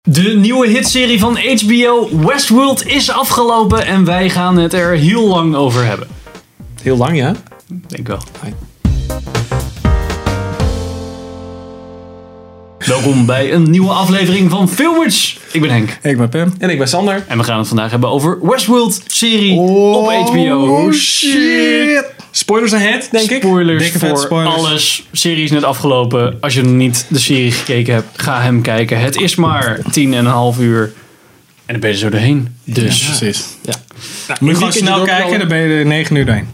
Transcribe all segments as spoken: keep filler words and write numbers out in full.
De nieuwe hitserie van H B O Westworld is afgelopen en wij gaan het er heel lang over hebben. Heel lang, ja? Ik denk wel. Hi. Welkom bij een nieuwe aflevering van Filmers. Ik ben Henk. Ik ben Pim. En ik ben Sander. En we gaan het vandaag hebben over Westworld serie Oh, op H B O. Oh shit. Spoilers ahead, denk ik. Spoilers Dikke vet voor spoilers. alles. Serie is net afgelopen. Als je nog niet de serie gekeken hebt, ga hem kijken. Het is maar tien en een half uur. En dan ben je er zo doorheen. Dus Ja, precies. Ja. Nou, Moet je gewoon een snel weekendje kijken, dan ben je er negen uur doorheen.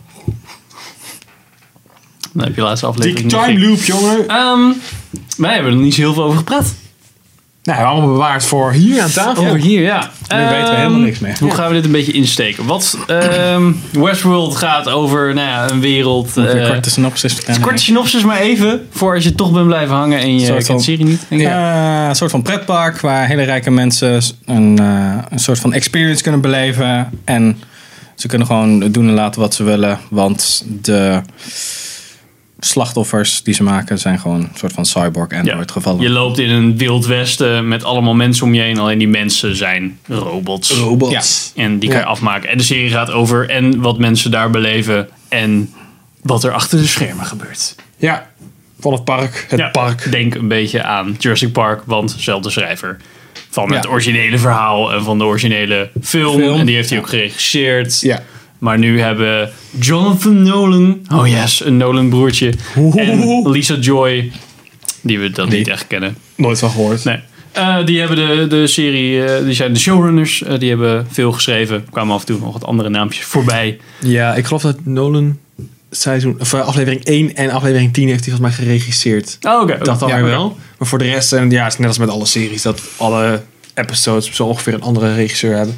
dan heb je de laatste Dik aflevering. nog time gekeken. loop, jongen. Ehm, wij hebben er niet zo heel veel over gepraat. Nou, allemaal bewaard voor hier aan tafel. Over hier, ja. Nu weten we Ehm, helemaal niks meer. Hoe gaan we dit een beetje insteken? Wat ehm, Westworld gaat over nou ja, een wereld. Moet je eh, een korte synopsis vertellen? korte synopsis maar even. Voor als je toch bent blijven hangen en je Soort kent de van- serie niet. Denk ik. Eh, een soort van pretpark waar hele rijke mensen een, eh, een soort van experience kunnen beleven. En ze kunnen gewoon doen en laten wat ze willen. Want de slachtoffers die ze maken zijn gewoon een soort van cyborg android gevallen. Je loopt in een wild westen met allemaal mensen om je heen. Alleen die mensen zijn robots. Robots. En die kan je Ja. afmaken. En de serie gaat over en wat mensen daar beleven. En wat er achter de schermen gebeurt. Ja, van het park. Het Ja, park. Denk een beetje aan Jurassic Park, want zelfde schrijver van het Ja. originele verhaal en van de originele film. Film. En die heeft hij ook geregisseerd. Ja. Maar nu hebben Jonathan Nolan, oh yes, een Nolan broertje, en Lisa Joy, die we dan Die. niet echt kennen. Nooit van gehoord. Nee. Uh, die hebben de, de serie, uh, die zijn de showrunners, uh, die hebben veel geschreven. Er kwamen af en toe nog wat andere naampjes voorbij. Ja, ik geloof dat Nolan seizoen, of uh, aflevering één en aflevering tien heeft hij volgens mij geregisseerd. Oh, oké. Dat dan Ja, weer oké. wel. Maar voor de rest, en ja, het is net als met alle series, dat alle episodes zo ongeveer een andere regisseur hebben.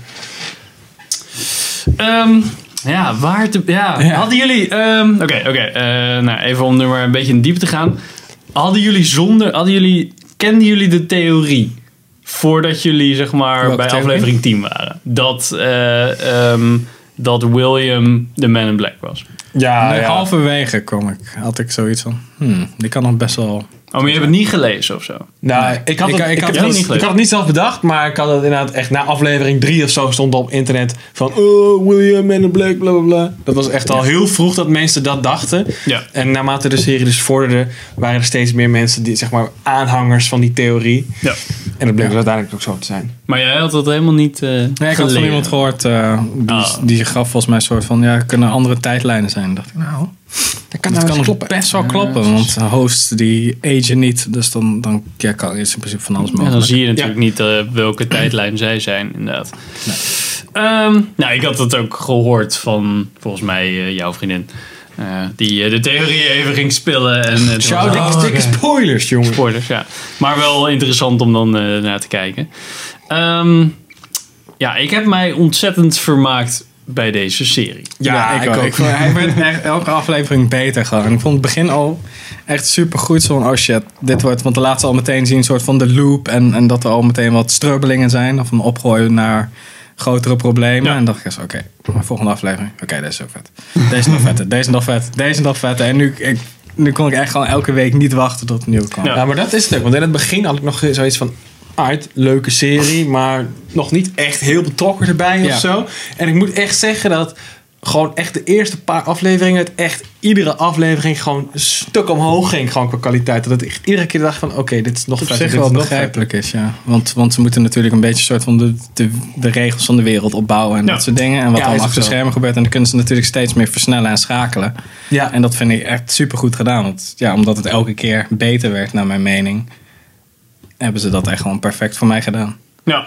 Um, ja, waar te... Ja, Ja. hadden jullie... ehm, Oké, oké. eh, nou, even om nu maar een beetje in diep te gaan. Hadden jullie zonder... Hadden jullie... Kenden jullie de theorie? Voordat jullie, zeg maar, Welke bij theorie? aflevering tien waren. Dat, eh, ehm, dat William de Man in Black was. Ja, Nee, halverwege kom ik, had ik zoiets van, hmm, die kan nog best wel... Oh, maar je hebt het niet gelezen of zo? Nou, Nee. ik, had Ik- het, ik ik, had had het het niet niet, gelezen. ik had het niet zelf bedacht, maar ik had het inderdaad echt na aflevering drie of zo stond op internet van oh, William Man in Black, bla bla bla. Dat was echt al heel vroeg dat mensen dat dachten. Ja. En naarmate de serie dus vorderde, waren er steeds meer mensen die, zeg maar, aanhangers van die theorie. Ja. En dat bleek dus uiteindelijk ook zo te zijn. Maar jij had dat helemaal niet uh, Nee, ik had van iemand gehoord, uh, die, Oh. die gaf volgens mij een soort van, ja, kunnen andere tijdlijnen zijn. Dacht ik, nou, Dat kan, dat nou kan eens nog best wel kloppen, want hosts die agen niet, dus dan, dan ja, kan, is in principe van alles En mogelijk. dan zie je natuurlijk niet uh, welke tijdlijn zij zijn, inderdaad. Ehm, nou, ik had het ook gehoord van, volgens mij, uh, jouw vriendin. Uh, die uh, de theorie even ging spillen. En, uh, Shout was- dikke, dikke spoilers, jongen. Spoilers, ja. Maar wel interessant om dan uh, naar te kijken. Ehm, ja, ik heb mij ontzettend vermaakt bij deze serie. Ja, ik, ook. Ik vond, hij werd echt elke aflevering beter gewoon. Ik vond het begin al echt super goed. Zo van, oh shit, dit wordt... Want de laatste al meteen zien een soort van de loop. En, en dat er al meteen wat strubbelingen zijn. Of een opgooien naar grotere problemen. Ja. En dacht ik, oké, okay, volgende aflevering. Oké, okay, deze is ook vet. Deze is nog vetter, deze is nog vet, deze is nog vetter. En nu, ik, nu kon ik echt gewoon elke week niet wachten tot het nieuw kwam. Ja. Ja, maar dat is het ook. Want in het begin had ik nog zoiets van... Uit, leuke serie, maar nog niet echt heel betrokken erbij of Ja. zo. En ik moet echt zeggen dat gewoon echt de eerste paar afleveringen... het echt iedere aflevering gewoon een stuk omhoog ging gewoon qua kwaliteit. Dat het echt iedere keer dacht van oké, okay, dit is nog Op vetter, zich dit wel is nog begrijpelijk is, ja. Want, want ze moeten natuurlijk een beetje een soort van de, de, de regels van de wereld opbouwen en Ja. dat soort dingen. En wat Ja, dan is ook achter de zo. schermen gebeurt. En dan kunnen ze natuurlijk steeds meer versnellen en schakelen. Ja, En dat vind ik echt super goed gedaan. Want, ja, omdat het elke keer beter werd, naar mijn mening, hebben ze dat echt gewoon perfect voor mij gedaan. Ja,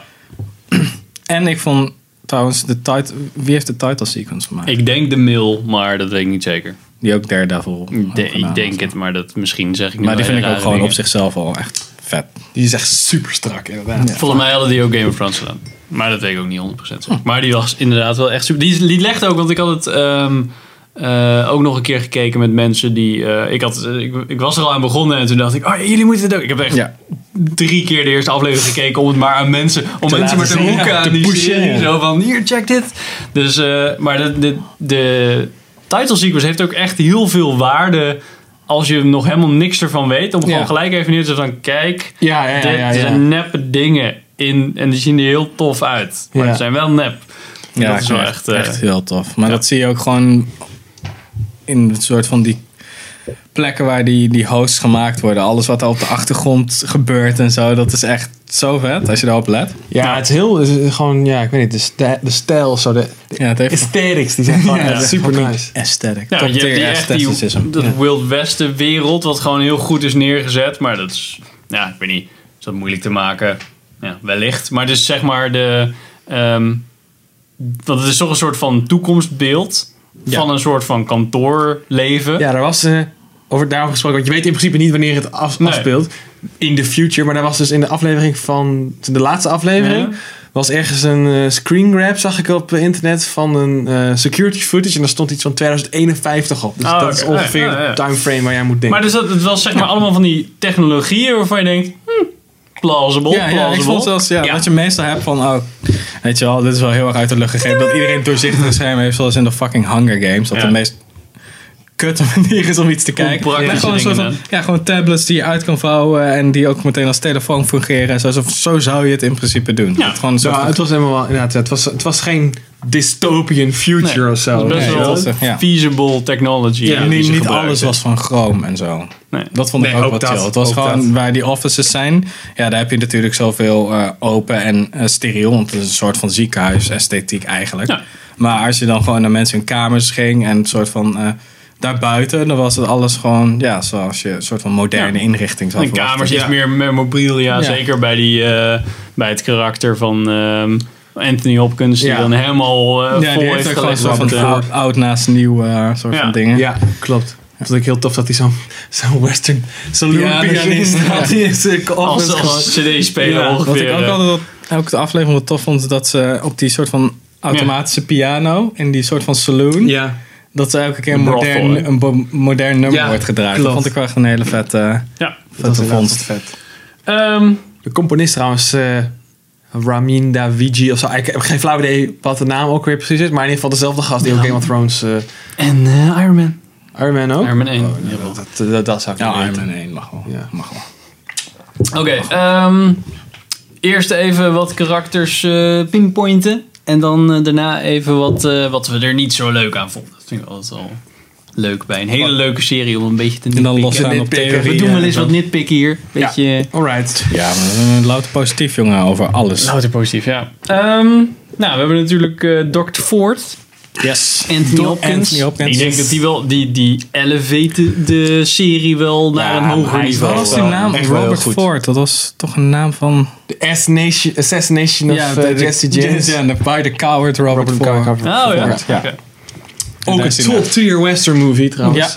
En ik vond trouwens, de tit- wie heeft de title sequence gemaakt? ik denk de mail, maar dat weet ik niet zeker. Die ook Daredevil. Ik, de- ook gedaan ik denk heeft. het, maar dat misschien zeg ik nu Maar die hele vind ik ook rare gewoon op dingen. zichzelf al echt vet. die is echt super strak inderdaad. Ja. Volgens mij hadden die ook Game of Thrones gedaan. Maar dat weet ik ook niet honderd procent. Maar die was inderdaad wel echt super. Die, die legde ook, want ik had het ehm, uh, ook nog een keer gekeken met mensen die... Uh, ik, had, uh, ik, ik was er al aan begonnen en toen dacht ik... Oh, jullie moeten het ook. Ik heb echt Ja. drie keer de eerste aflevering gekeken om het maar aan mensen... Om Te mensen maar laten te zien, roeken ja, aan te die pushen, serie. ja. Zo van, hier, check dit. Dus, uh, maar de, de, de title sequence heeft ook echt heel veel waarde... als je nog helemaal niks ervan weet, om Ja. gewoon gelijk even neer te zetten van kijk, Ja, ja, ja. dit ja, ja. zijn neppe dingen in en die zien er heel tof uit. Maar Ja. ze zijn wel nep. Ja, dat is wel echt, echt, eh, echt heel tof. Maar ja. dat zie je ook gewoon in het soort van die plekken waar die, die hosts gemaakt worden. Alles wat er op de achtergrond gebeurt en zo. Dat is echt zo vet als je daarop let. Ja, het is heel, het is gewoon, ja, ik weet niet, de, sta- de stijl, zo, de Ja, het heeft aesthetics, die zijn gewoon Ja, echt dat is super fucking nice. aesthetic. Ja, Top je hebt tier die, echt die, aestheticism. dat Ja. Wild Westen wereld wat gewoon heel goed is neergezet. Maar dat is, ja, ik weet niet, is dat moeilijk te maken? Ja, wellicht. Maar dus zeg maar de, ehm, want het is toch een soort van toekomstbeeld Ja. van een soort van kantoorleven. Ja, daar was eh over daarover gesproken, want je weet in principe niet wanneer het af, Nee. afspeelt. In the future, maar daar was dus in de aflevering van, de laatste aflevering, Ja. was ergens een eh, screen grab, zag ik op internet, van een eh, security footage. En daar stond iets van twintig eenenvijftig op. Dus Oh, dat oké. is ongeveer Ja, ja, ja. de timeframe waar jij moet denken. Maar dus dat, het was zeg maar allemaal van die technologieën waarvan je denkt, hm, plausible, Ja, ja, ik plausible. vond zelfs, ja, Ja. wat je meestal hebt van, oh, weet je wel, dit is wel heel erg uit de lucht gegeven. Dat iedereen doorzichtige scherm heeft, zoals in de fucking Hunger Games. Dat Ja. de meest kutte manier is om iets te kijken. Onpraktische Ja, gewoon een soort van, dingen, ja, gewoon tablets die je uit kan vouwen en die ook meteen als telefoon fungeren. En zo, zo, zo zou je het in principe doen. Ja. Het gewoon een soort Ja, van- het was helemaal wel, inderdaad, het was, het was geen dystopian future Nee, of zo. het was best Nee, wel dat was, ja. feasible technology. Ja, die niet ze niet gebruikten. alles was van chroom en zo. Nee. Dat vond ik Nee, ook ook wat dat, chill. Het was ook gewoon dat. waar die offices zijn. Ja, daar heb je natuurlijk zoveel eh, open en eh, steriel. Want het is een soort van ziekenhuis-esthetiek eigenlijk. Ja. Maar als je dan gewoon naar mensen in kamers ging en een soort van eh, daarbuiten, dan was het alles gewoon, ja, zoals je een soort van moderne Ja. inrichting zou De verwachten. kamers iets Ja. meer, meer mobiel, ja, Ja. zeker bij, die, eh, bij het karakter van ehm, Anthony Hopkins, die Ja. dan helemaal eh, Ja, vol die heeft heeft ook gewoon een gelegd soort op van de- oud, oud naast nieuw eh, soort Ja. van dingen. Ja, klopt. Dat vond ik heel tof dat hij zo'n zo'n western saloon Ja, pianist ja. had. Die is eh, als, office gewoon. als cd-speler Ja, ongeveer. Wat ik ook eh. altijd wat, ook de aflevering wat tof vond, is dat ze op die soort van automatische piano in die soort van saloon, Ja. dat ze elke keer Een een brothel, modern, hè? een bo- modern nummer Ja, wordt gedraaid. klopt. Dat vond ik wel echt een hele vette, Ja. Dat vette was inderdaad vondst. vet. Ehm, De componist trouwens, eh Ramin Daviji of zo. Ik heb geen flauw idee wat de naam ook weer precies is. Maar in ieder geval dezelfde gast die ook Game of Thrones... eh en eh, Iron Man. Iron Man ook? Iron Man één. Oh, Ja, dat, dat, dat, dat zou ik Ja, niet Iron weten. Man één mag wel. Ja. Mag wel. Oké, ehm, eerst even wat karakters eh, pinpointen. En dan eh, daarna even wat, eh, wat we er niet zo leuk aan vonden. Dat vind ik altijd wel leuk bij een hele leuke serie om een beetje te En dan nitpicken. losgaan op Nitpicken. theorie. We doen wel en eens zo. wat nitpikken hier. Beetje... Alright. Ja, maar we zijn louter positief, jongen, over alles. Louter positief, ja. Ehm, nou, we hebben natuurlijk eh dokter Ford. Yes. Anthony Door Hopkins. Anthony Hopkins. Ik denk dat die wel, die, die elevate de serie wel naar Ja, een hoger hij is niveau. Wat was die wel, naam? echt wel heel Robert goed. Ford. Dat was toch een naam van... The Assassination, assassination of de- eh, de- Jesse James. Ja, de by the coward Robert, Robert Ford. Ford. Oh ja, Ford, ja. oké. Ook een daar top tier western movie trouwens. Ja.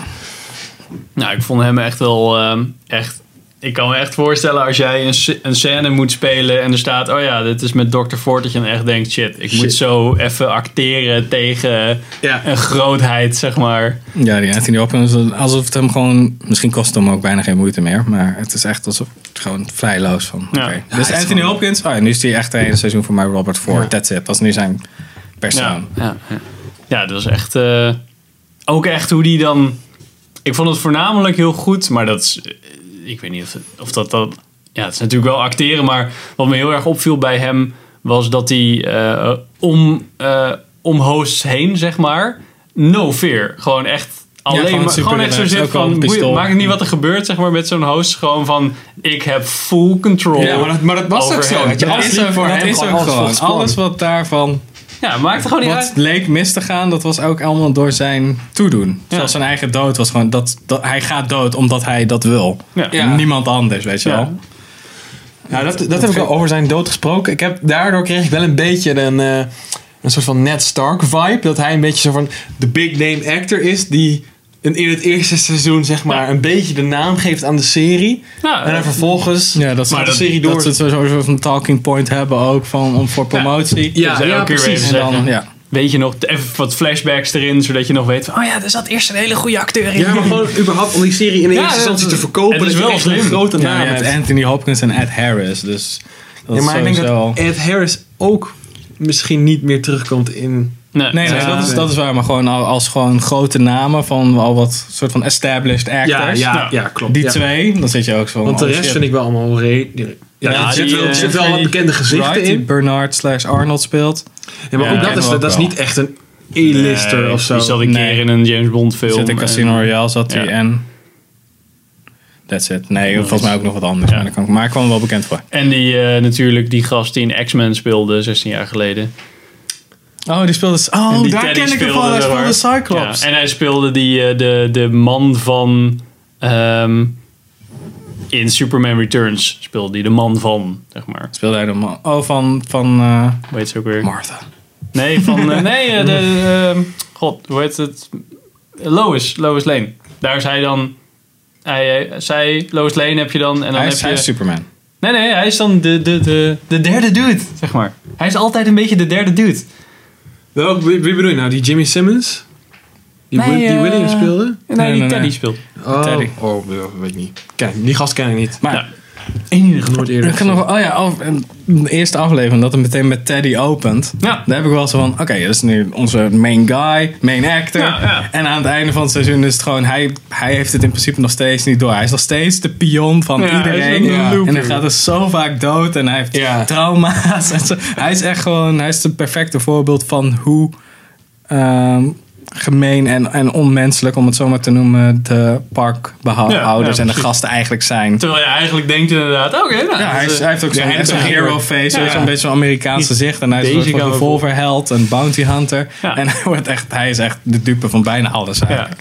Nou, ik vond hem echt wel ehm, echt... Ik kan me echt voorstellen als jij een, sc- een scène moet spelen en er staat... Oh ja, dit is met dokter Ford. Dat je dan echt denkt, shit, ik moet Shit. zo even acteren tegen Ja. een grootheid, zeg maar. Ja, die Anthony Hopkins, alsof het hem gewoon... Misschien kost het hem ook bijna geen moeite meer. Maar het is echt alsof het gewoon vrijloos van... Ja. oké. Ja, Dus het is Anthony gewoon- Hopkins... Oh ja, nu is hij echt het hele seizoen voor mij Robert Ford. Ja. That's it. Dat is nu zijn persoon. Ja, ja, ja. ja, dat was echt... eh, ook echt hoe die dan... Ik vond het voornamelijk heel goed, maar dat is... Ik weet niet of, of dat dan... Ja, het is natuurlijk wel acteren, maar wat me heel erg opviel bij hem... was dat hij eh, om, eh, om hosts heen, zeg maar... No fear. Gewoon echt... Alleen gewoon maar, super gewoon echt zo relaxed, zit ook al van... een pistool. boeien, maakt het niet wat er gebeurt, zeg maar, met zo'n host. Gewoon van... Ik heb full control. Ja, maar dat, maar dat was over ook zo. hem. weet je. Ja, Alles Dat is liep ook, voor dat hem is gewoon ook alles gewoon. volgens plan. Alles wat daarvan... Ja, maakt er gewoon niet Wat uit. leek mis te gaan, dat was ook allemaal door zijn toedoen. Ja. Zoals zijn eigen dood was gewoon... Dat, dat, hij gaat dood omdat hij dat wil. Ja. Ja. Niemand anders, weet je Ja. wel. Ja, dat, dat heb ik al over zijn dood gesproken. Ik heb, daardoor kreeg ik wel een beetje een, eh, een soort van Ned Stark vibe. Dat hij een beetje zo van de big name actor is die een, in het eerste seizoen zeg maar Ja. een beetje de naam geeft aan de serie. Ja, En dan vervolgens Ja, dat ze, maar de dat, serie door. dat ze sowieso een talking point hebben ook van, om, voor promotie. Ja, Dus ja, elke keer precies. weer En dan, zeggen. ja. Weet je nog, even wat flashbacks erin, zodat je nog weet van, oh ja, er zat eerst een hele goede acteur in. Ja, maar gewoon überhaupt om die serie in Ja, eerste instantie dat- te verkopen. het is dat je wel echt een slim. grote Ja, naam je hebt hebt. Anthony Hopkins en Ed Harris. Dus dat Ja, is maar ik denk sowieso... dat Ed Harris ook misschien niet meer terugkomt in Nee, Nee, nee, Ja, dat, is, nee. dat is waar. Maar gewoon al- als gewoon grote namen van al wat soort van established Ja, actors. ja, Ja. ja, klopt. Die ja. twee, dan zit je ook zo van... Want de oh, rest shit. vind ik wel allemaal re... Ja, Ja, er zit die, wel, er eh, zit wel wat bekende gezichten Wright, die in. Bernard slash Arnold speelt. Ja, maar Ja, ook dat kennen is, we ook dat is wel. niet echt een E-lister Nee, of zo. Die zat een Nee. keer in een James Bond film. Zit in Casino en- Royale zat hij ja. en... That's it. Nee, volgens mij ook nog wat anders. Ja. Maar, daar kan ik, maar ik kwam er wel bekend voor. En die eh, natuurlijk die gast die in X-Men speelde zestien jaar geleden. Oh, die speelde... En Oh, die daar Teddy ken ik hem speelde van. Hij er, speelde hoor. Cyclops. Ja, en hij speelde die, eh, de, de man van... ehm, in Superman Returns speelde hij de man van, zeg maar. Speelde hij de man... Oh, van... van uh, Hoe heet ze ook weer? Martha. Nee, van... eh, nee, eh, de... ehm, God, hoe heet het? Lois. Lois Lane. Daar is hij dan... Hij, hij, zij, Lois Lane heb je dan... En dan Hij heb is, je, hij is Superman. Nee, nee, hij is dan de, de, de, de derde dude, zeg maar. Hij is altijd een beetje de derde dude. Welk, wie, wie bedoel je nou? Die Jimmy Simmons? Die, Nee, Wi- die eh, Williams speelde? Nee, Nee, die nee, Teddy nee. speelt. Oh, Teddy. oh ja, weet ik niet. Ken ik, die gast ken ik niet. Maar Ja. Enige nooit eerder ik kan nog, oh ja, oh, en de eerste aflevering dat het meteen met Teddy opent. Ja. Daar heb ik wel zo van, oké, dat is nu onze main guy, main actor. Ja, ja. En aan het einde van het seizoen is het gewoon, hij, hij heeft het in principe nog steeds niet door. Hij is nog steeds de pion van Ja, hij is iedereen. een Ja. looper. En hij gaat er zo vaak dood en hij heeft Ja. trauma's. En zo. Hij is echt gewoon, hij is het perfecte voorbeeld van hoe ehm, gemeen en, en onmenselijk, om het zo maar te noemen, de parkbehouders Ja, ja, en de precies. gasten eigenlijk zijn. Terwijl je eigenlijk denkt inderdaad, oké, nou. Ja, hij, dat, is, eh, hij heeft ook zo'n hij heeft zo'n een hero hero. face. Ja. Ja. Zo'n beetje zo'n Amerikaans gezicht. En hij is een Deze soort van gaan we revolverheld, een bounty hunter. Ja. En hij, wordt echt, hij is echt de dupe van bijna alles ja. eigenlijk.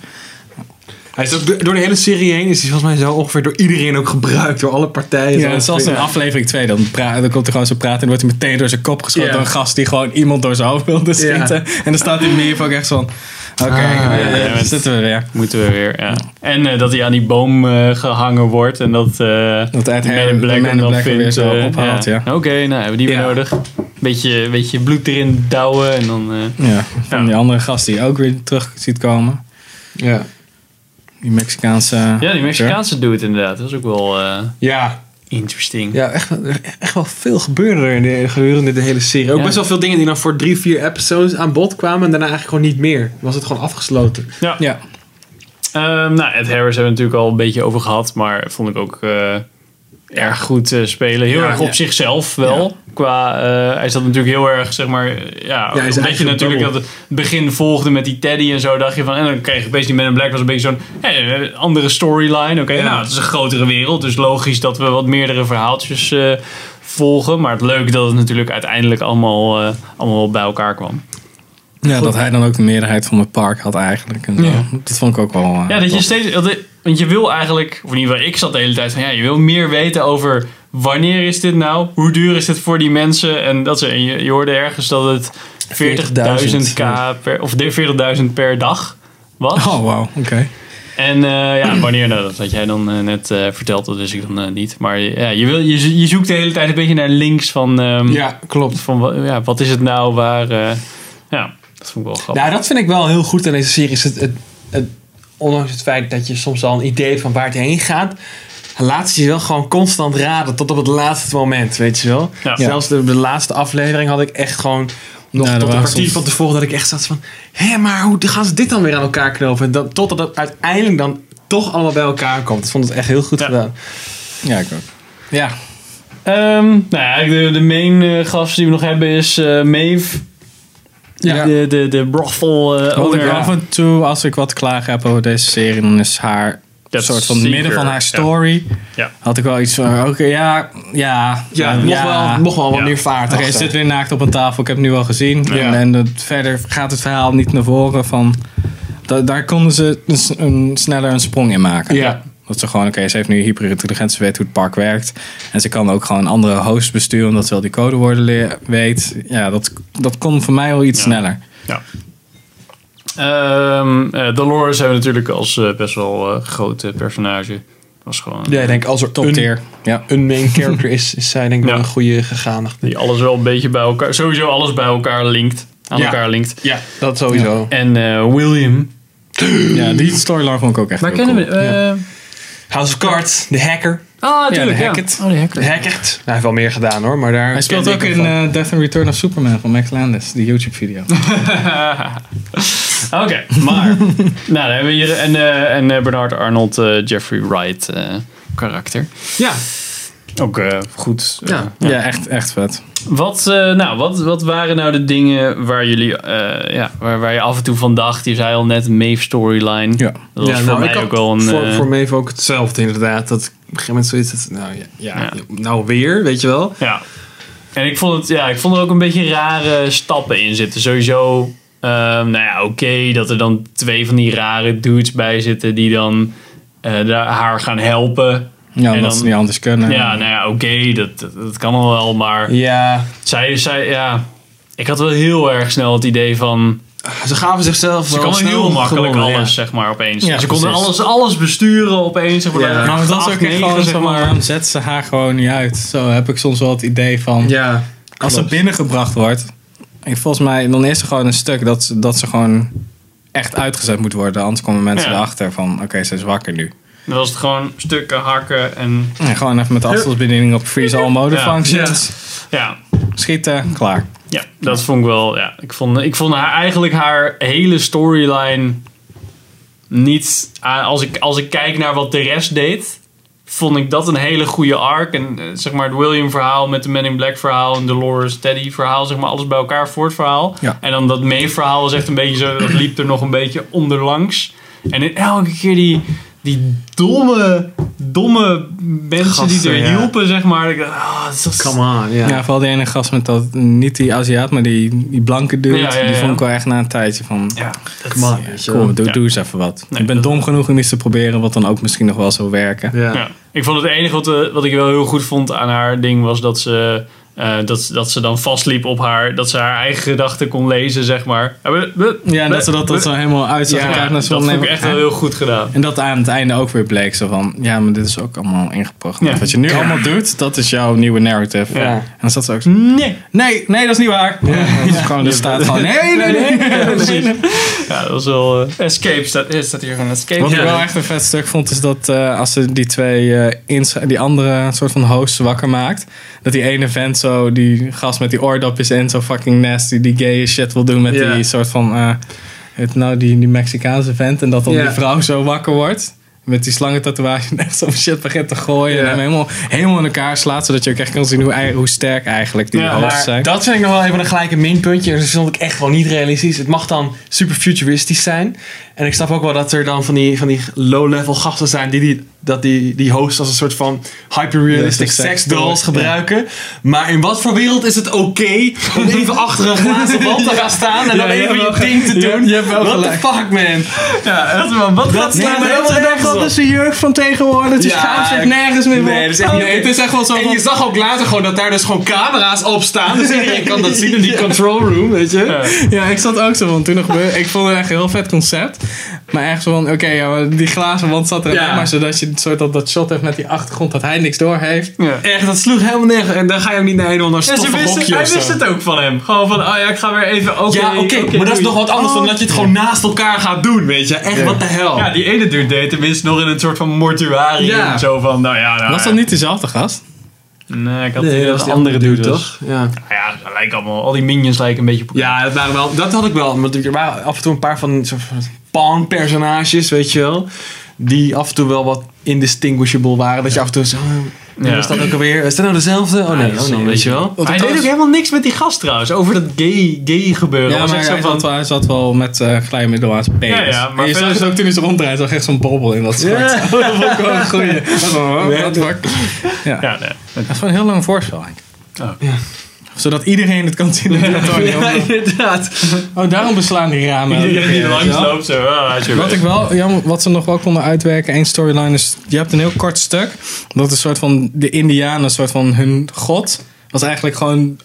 Hij is ook door- door de hele serie heen is hij volgens mij zo ongeveer door iedereen ook gebruikt. Door alle partijen. Ja, Zo. zelfs in Ja. aflevering twee, dan, pra- dan komt hij gewoon zo praten en wordt hij meteen door zijn kop geschoten Ja. door een gast die gewoon iemand door zijn hoofd wilde schieten. En dan staat hij meer ook echt van, oké, Ah, ja, ja, ja, met- zitten we weer. Moeten we weer, ja. En eh, dat hij aan die boom eh, gehangen wordt en dat, eh Dat Ed de Man Harris- in Black de Man hem in dan Black hem vindt. weer zo eh, ophaalt, ja. Oké, nou hebben we die weer Ja. nodig. Beetje, beetje bloed erin douwen en dan... eh, Ja, van Ja. die andere gast die je ook weer terug ziet komen. Ja. Die Mexicaanse... ja, die Mexicaanse dude inderdaad. Dat is ook wel eh, Ja. interesting. Ja, echt, wel- echt wel veel gebeurde er in de, gedurende de hele serie. Ook Ja. best wel veel dingen die dan voor drie, vier episodes aan bod kwamen. En daarna eigenlijk gewoon niet meer. Was het gewoon afgesloten. Ja. Ja. Ehm, nou, Ed Harris hebben we het natuurlijk al een beetje over gehad, maar vond ik ook eh, erg goed eh, spelen. Heel Ja, erg op ja. zichzelf wel. Qua, eh, hij zat natuurlijk heel erg, zeg maar, ja, Ja, hij is omdat je eigen natuurlijk bubbel. dat het begin volgde met die Teddy en zo, dacht je van, en dan kreeg je opeens die Man in Black, was een beetje zo'n hey, andere storyline. Oké, Ja. nou, het is een grotere wereld, dus logisch dat we wat meerdere verhaaltjes eh, volgen. Maar het leuke dat het natuurlijk uiteindelijk allemaal, eh, allemaal wel bij elkaar kwam. Ja, dat hij dan ook de meerderheid van het park had eigenlijk. En zo. Ja. Dat vond ik ook wel... eh, Ja, dat je tof. steeds. dat je- Want je wil eigenlijk, of in ieder geval, ik zat de hele tijd van ja, je wil meer weten over wanneer is dit nou, hoe duur is dit voor die mensen en dat ze. En je, je hoorde ergens dat het veertigduizend k per, of veertigduizend per dag was. Oh, wauw. Oké. En eh, ja, wanneer nou, dat had jij dan eh, net eh, verteld, dat wist ik dan eh, niet. Maar ja, je, wil, je, je zoekt de hele tijd een beetje naar links van, ehm, Ja, klopt. van wa- ja, wat is het nou waar. eh, ja, dat vond ik wel grappig. Nou, dat vind ik wel heel goed aan deze serie. Is het, het, het, ondanks het feit dat je soms al een idee hebt van waar het heen gaat, laat ze je wel gewoon constant raden tot op het laatste moment, weet je wel. Ja. Zelfs de, de laatste aflevering had ik echt gewoon nog Ja, er tot een waren kwartier soms- van tevoren dat ik echt zat van, hé, maar hoe gaan ze dit dan weer aan elkaar knopen? En dan, totdat het uiteindelijk dan toch allemaal bij elkaar komt. Ik vond het echt heel goed Ja. gedaan. Ja, ik ook. Ja. Ehm, nou ja, de, de main eh, gast die we nog hebben is eh Maeve. Ja. De, de, de brothel eh Wat ik owner. af en toe, als ik wat klagen heb over deze serie, dan is haar Dat soort is van zeker, midden van haar ja. story. Ja. Had ik wel iets van, oké, ja, ja. Ja, eh, mocht wel, mocht wel wat Ja. meer vaart. Oké, ze achter. zit weer naakt op een tafel. Ik heb het nu al gezien. Ja. En, en het- verder gaat het verhaal niet naar voren van... Da, daar konden ze een, s- een, sneller een sprong in maken. Ja. Dat ze gewoon, oké, ze heeft nu hyperintelligentie, ze weet hoe het park werkt. En ze kan ook gewoon andere hosts besturen, omdat ze wel die codewoorden leer, weet. Ja, dat, dat kon voor mij wel iets Ja. sneller. Ja. Ehm, eh, Dolores hebben we natuurlijk als eh, best wel eh, groot eh, personage. Was gewoon Ja, ik denk als er Top een, tier. Ja. een main character is, is zij denk ik wel Ja. een goede gegadigde. die alles wel een beetje bij elkaar, sowieso alles bij elkaar linkt, aan Ja. elkaar linkt. Ja, dat sowieso. En eh, William. Ja, die storyline vond ik ook echt Waar heel kennen cool. we? eh, House of Cards, The Hacker. Ah, natuurlijk, de ja. Hackett. Oh, de Hacker. The Hacker. Nou, hij heeft wel meer gedaan hoor, maar daar... Hij speelt kende ook ik in hem van. uh, Death and Return of Superman van Max Landis, die YouTube-video. Oké, okay, maar... nou, dan hebben we hier een, uh, een uh, Bernard Arnold, uh, Jeffrey Wright uh, karakter. Ja. Ook uh, goed. Uh, Ja. Ja, ja echt, echt vet. Wat, uh, nou, wat, wat waren nou de dingen waar jullie, uh, ja, waar, waar je af en toe van dacht? Je zei al net Maeve storyline. Ja. Dat was ja, voor nou, mij ik had ook wel een... Voor, uh, voor Maeve ook hetzelfde inderdaad. Dat op een gegeven moment zoiets... Dat, nou ja, ja, Ja. nou weer, weet je wel. Ja. En ik vond, het, ja, ik vond er ook een beetje rare stappen in zitten. Sowieso, um, nou ja, oké, okay, dat er dan twee van die rare dudes bij zitten die dan uh, de, haar gaan helpen. Ja, En omdat dan- ze niet anders kunnen. Ja, nou ja, oké, okay, dat, dat, dat kan al wel, maar Ja. zij, zij, ja, ik had wel heel erg snel het idee van, Ze gaven zichzelf ze wel kon snel heel makkelijk gewonnen, alles, ja. zeg maar, opeens. Ja, ze konden precies. alles, alles besturen opeens. Zeg maar, Ja. dan Maar dat is acht, ook echt negen, gewoon zeg zo, maar. waarom zetten ze haar gewoon niet uit? Zo heb ik soms wel het idee van, Ja, als ze klopt. binnengebracht wordt, ik, volgens mij, dan is er gewoon een stuk dat ze, dat ze gewoon echt uitgezet moet worden. Anders komen mensen Ja. erachter van, oké, okay, ze is wakker nu. Dan was het gewoon stukken hakken en En gewoon even met de afstandsbediening op freeze all mode Ja. functions. ja. Schieten, klaar. Ja, dat vond ik wel. Ja, ik vond, ik vond haar eigenlijk haar hele storyline niet. Als ik, als ik kijk naar wat de rest deed, vond ik dat een hele goede arc. En eh, zeg maar het William-verhaal met de Men in Black verhaal en Dolores Teddy-verhaal, zeg maar alles bij elkaar voor het verhaal. Ja. En dan dat May-verhaal was echt een beetje zo, dat liep er nog een beetje onderlangs. En in elke keer die, die domme, domme mensen Gasten, die er ja. hielpen, zeg maar. Ik dacht, ah, dat is Come on, ja. Ja, vooral die ene gast met dat, niet die Aziat, maar die, die blanke dude. Ja, ja, ja. Die vond ik wel echt na een tijdje van, ja, dat Come on, ja, weet je cool, wel. doe, Ja. doe eens even wat. Nee, ik ben dat- dom genoeg om iets te proberen, wat dan ook misschien nog wel zou werken. Ja. Ja. Ik vond het enige wat, eh, wat ik wel heel goed vond aan haar ding was dat ze, eh, dat, dat ze dan vastliep op haar, dat ze haar eigen gedachten kon lezen, zeg maar. Ja, en dat ze dat, dat zo helemaal uit zag Ja, te kijken naar dat zo'n vond ik echt wel heel goed gedaan. En dat aan het einde ook weer bleek zo van, ja, maar dit is ook allemaal ingeprogrammeerd. Ja. Wat je nu allemaal doet, dat is jouw nieuwe narrative. Ja. En dan zat ze ook zo, Nee. nee, nee, dat is niet waar. Ja, dat is gewoon, er staat gewoon, nee, nee, nee. nee, nee. Ja, dat was wel... eh, escape staat, eh, staat hier gewoon escape. Wat Ja. ik wel echt een vet stuk vond, is dat eh, als ze die twee, eh, ins- die andere soort van hosts wakker maakt, dat die ene vent zo, die gast met die oordopjes in, zo fucking nasty, die gay shit wil doen met Ja. die soort van, eh, het, nou, die, die Mexicaanse vent, en dat dan Ja. die vrouw zo wakker wordt. Met die slangentatoeage en echt zo'n shit begint te gooien. Ja. En hem helemaal, helemaal in elkaar slaat. Zodat je ook echt kan zien hoe, ei- hoe sterk eigenlijk die Ja, hosts Maar zijn. dat vind ik nog wel even een gelijk een minpuntje. Dat vond ik echt gewoon niet realistisch. Het mag dan super futuristisch zijn. En ik snap ook wel dat er dan van die, van die low-level gasten zijn die, die, dat die, die hosts als een soort van hyper-realistic Ja, sex sex dolls dolls, gebruiken. Maar in wat voor wereld is het oké om even achter een glazen wand te gaan staan en dan Ja, je even hebt je wel ding te ge- je- doen? je hebt wel What the gelijk. fuck, man? Ja, echt man. Wat gaat Nee, slaan maar helemaal dat- nergens op? is de jeugd van tegenwoordig. Die schaam zich nergens meer Nee, dat is echt niet het is echt wel zo En van, je zag ook later gewoon dat daar dus gewoon camera's op staan. Dus iedereen kan dat zien in die control room, weet je? Ja. ja, ik zat ook zo van, toen nog gebeurde, ik vond het echt een heel vet concept. Maar echt zo van, oké, ja, maar die glazen wand zat er Ja. alleen maar zodat je een soort dat, dat shot hebt met die achtergrond, dat hij niks door heeft. Ja. Echt, dat sloeg helemaal nergens. En dan ga je ook niet naar een of ander Ja, ze stoffig wisten, hokje hij of zo. wist het ook van hem. Gewoon van, oh ja, ik ga weer even... oké, Ja, oké, oké, maar dat is doei. nog wat anders Oh. dan dat je het gewoon naast elkaar gaat doen, weet je. Echt, Ja. wat de hel. Ja, die ene dude deed tenminste nog in een soort van mortuarium. Ja. Zo van, nou ja... Nou, Was dat niet dezelfde gast? Nee, ik had Nee, die, dat was een die andere dude, toch? toch? Ja. Nou ja, ze lijken allemaal... Al die minions lijken een beetje op elkaar. Ja, dat, waren wel, dat had ik wel. Want er waren af en toe een paar van soort van Pawn-personages, weet je wel. Die af en toe wel wat indistinguishable waren. Dat je af en toe zo... Ja. Ja. Is dat ook alweer? Is dat nou dezelfde? Oh nee, dat is oh wel nee, een weet je beetje- wel. Hij het deed was- ook helemaal niks met die gast trouwens. Over dat gay, gay gebeuren. Ja, was maar echt hij zo van... zat, wel- hij zat wel met uh, glijmiddel aan zijn penis. Ja, ja, maar en je zag verder- dus ook toen hij ze ronddraait, zag echt zo'n bobbel in dat zwart. Ja. dat vond ik wel een goeie. Ja, What the fuck? Ja. Ja, nee. Dat is gewoon een heel lang voorspel eigenlijk. Oh. Zodat iedereen het kan zien. Ja, inderdaad. Oh, daarom beslaan die ramen. Iedereen die er langs Ja. loopt, zo... ah, hij is weer Wat, weg. ik wel, ja, wat ze nog wel konden uitwerken, één storyline is... Je hebt een heel kort stuk. Dat een soort van... De Indianen, een soort van hun god... Was eigenlijk gewoon...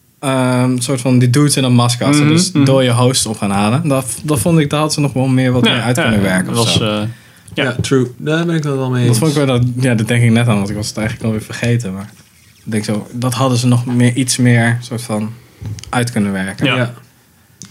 ehm, een soort van die dudes in een masker. Als ze Mhm, dus mhm. door je host op gaan halen. Dat, dat vond ik... Daar had ze nog wel meer wat Ja, meer uit ja, kunnen werken. dat of was, zo. eh, Ja. Ja, true. Daar ben ik wel wel mee Dat eens. vond ik wel... Dat, ja, dat denk ik net aan. Want ik was het eigenlijk alweer vergeten. Maar ik denk zo... Dat hadden ze nog meer, iets meer... soort van... uit kunnen werken. Ja. Ja.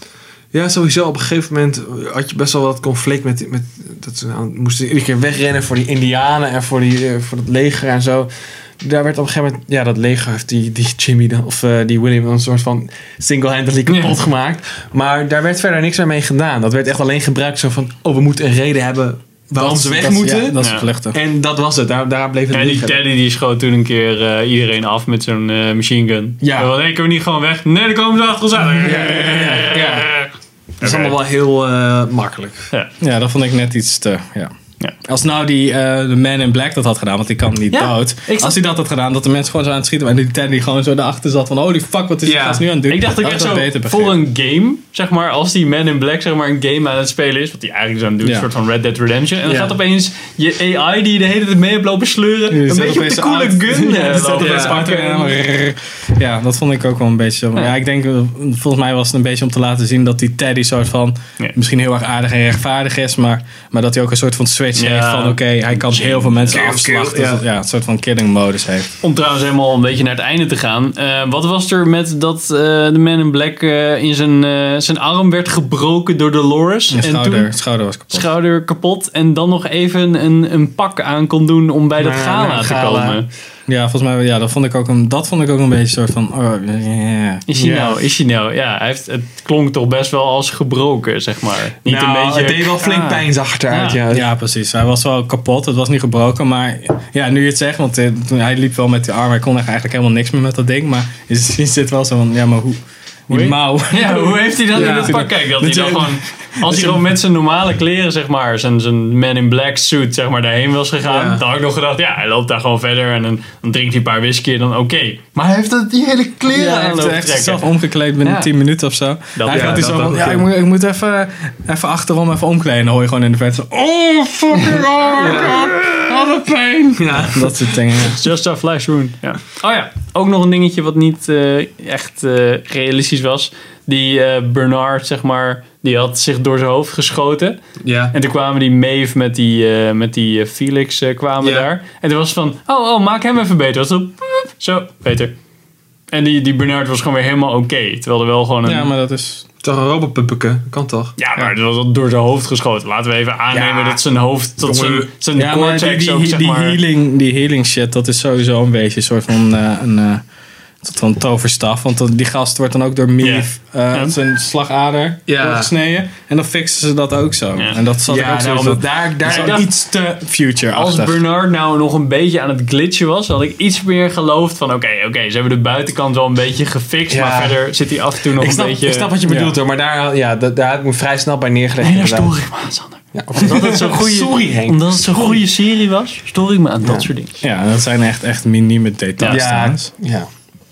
Ja, sowieso. Op een gegeven moment had je best wel wat conflict met... met dat ze nou, moesten iedere keer wegrennen voor die indianen en voor, die, uh, voor het leger en zo. Daar werd op een gegeven moment... Ja, dat leger heeft die, die Jimmy dan, of uh, die William een soort van single-handedly kapot ja. gemaakt. Maar daar werd verder niks meer mee gedaan. Dat werd echt alleen gebruikt zo van... Oh, we moeten een reden hebben waarom dat, ze weg dat, moeten. Ja, dat is ja. En dat was het. Daar, daar bleef het ja, liggen. die Teddy die schoot toen een keer uh, iedereen af met zo'n uh, machine gun. Ja. Dan denken we niet gewoon weg. Nee, dan komen ze achter ons aan. Ja, ja, ja, ja. ja. Dat is allemaal wel heel uh, makkelijk. Ja. ja, dat vond ik net iets te... Ja. Ja. Als nou die uh, de Man in Black dat had gedaan, want die kan niet ja, dood. Als hij dat had gedaan, dat de mensen gewoon zo aan het schieten en die Teddy gewoon zo erachter zat van holy fuck, wat is die ja. gast nu aan het doen? Ik dacht ook echt zo, voor een game, zeg maar, als die Man in Black zeg maar een game aan het spelen is, wat hij eigenlijk zo aan het doen, ja. een soort van Red Dead Redemption, en dan ja. gaat opeens je A I die de hele tijd mee hebt lopen sleuren, ja, een beetje op de coole uit, gun. Ja, ja, ja. Ja. ja, dat vond ik ook wel een beetje zo. Ja. ja, ik denk, volgens mij was het een beetje om te laten zien dat die Teddy soort van, ja. misschien heel erg aardig en rechtvaardig is, maar, maar dat hij ook een soort van switch ja. heeft van oké, okay, hij kan heel veel mensen afslachten. Ja. ja, een soort van killing modus heeft. Om trouwens helemaal een beetje naar het einde te gaan. Uh, wat was er met dat uh, de Man in Black uh, in zijn, uh, zijn arm werd gebroken door Dolores? En schouder, en toen, schouder was kapot. Schouder kapot. En dan nog even een, een pak aan kon doen om bij dat nou, gala nou, te gala. komen. Ja, volgens mij, ja, dat vond ik ook een, dat vond ik ook een beetje soort van, oh, yeah. Is hij yeah. nou, is hij nou? Ja, hij heeft, het klonk toch best wel als gebroken, zeg maar. Niet nou, een beetje... het deed wel flink ah. pijn, zag het eruit. Ja. Ja. ja, precies. Hij was wel kapot, het was niet gebroken, maar ja, nu je het zegt, want uh, toen hij liep wel met die arm, hij kon eigenlijk helemaal niks meer met dat ding, maar je zit wel zo van, ja, maar hoe... Die mouw. Ja, hoe heeft hij dat ja. in het pak? Kijk, dat hij dan gewoon... Als hij gewoon met zijn normale kleren, zeg maar, zijn, zijn Man in Black suit, zeg maar, daarheen was gegaan, ja. dan had ik nog gedacht, ja, hij loopt daar gewoon verder en dan, dan drinkt hij een paar whisky en dan oké. Okay. Maar hij heeft dat, die hele kleren ja, aan lopen trekken. Hij heeft zichzelf omgekleed binnen ja. tien minuten of zo. Dat, hij ja, gaat hij zo van, ja, ik moet, ik moet even, even achterom even omkleden. En dan hoor je gewoon in de verte zo, oh, fucking oh my god, wat een pijn. Ja, dat soort dingen. Ja. Just a flash wound. Ja. Oh ja, ook nog een dingetje wat niet uh, echt uh, realistisch was. Die uh, Bernard, zeg maar, die had zich door zijn hoofd geschoten. Ja. En toen kwamen die Maeve met die, uh, met die uh, Felix uh, kwamen ja. daar. En toen was het van, oh, oh, maak hem even beter. Was zo, zo, beter. En die, die Bernard was gewoon weer helemaal oké. Okay, terwijl er wel gewoon een... Ja, maar dat is... Toch een robotpuppeke, kan toch? Ja, maar ja. dat was door zijn hoofd geschoten. Laten we even aannemen ja. dat zijn hoofd tot zijn, zijn ja, cortex die, die, ook, zeg die maar... Healing, die healing shit, dat is sowieso een beetje een soort van... Uh, een, uh, tot van toverstaf. Want die gast wordt dan ook door Maeve yeah. uh, zijn slagader yeah. doorgesneden. En dan fixen ze dat ook zo. Yeah. En dat zat ja, ook nou, zo. Daar, daar is dacht, iets te future Als Bernard nou nog een beetje aan het glitchen was, had ik iets meer geloofd van oké, okay, oké, okay, ze hebben de buitenkant wel een beetje gefixt. Ja. Maar verder zit hij af en toe nog ik snap, een beetje... Ik snap wat je bedoelt ja. hoor. Maar daar, ja, daar, daar heb ik me vrij snel bij neergelegd. Nee, daar stoor ik me aan, Sander. Ja, omdat het zo'n goede, Sorry, Henk. Omdat het zo'n goede serie was, stoor ik me aan ja. dat soort dingen. Ja, dat zijn echt, echt minieme details. Ja, ja.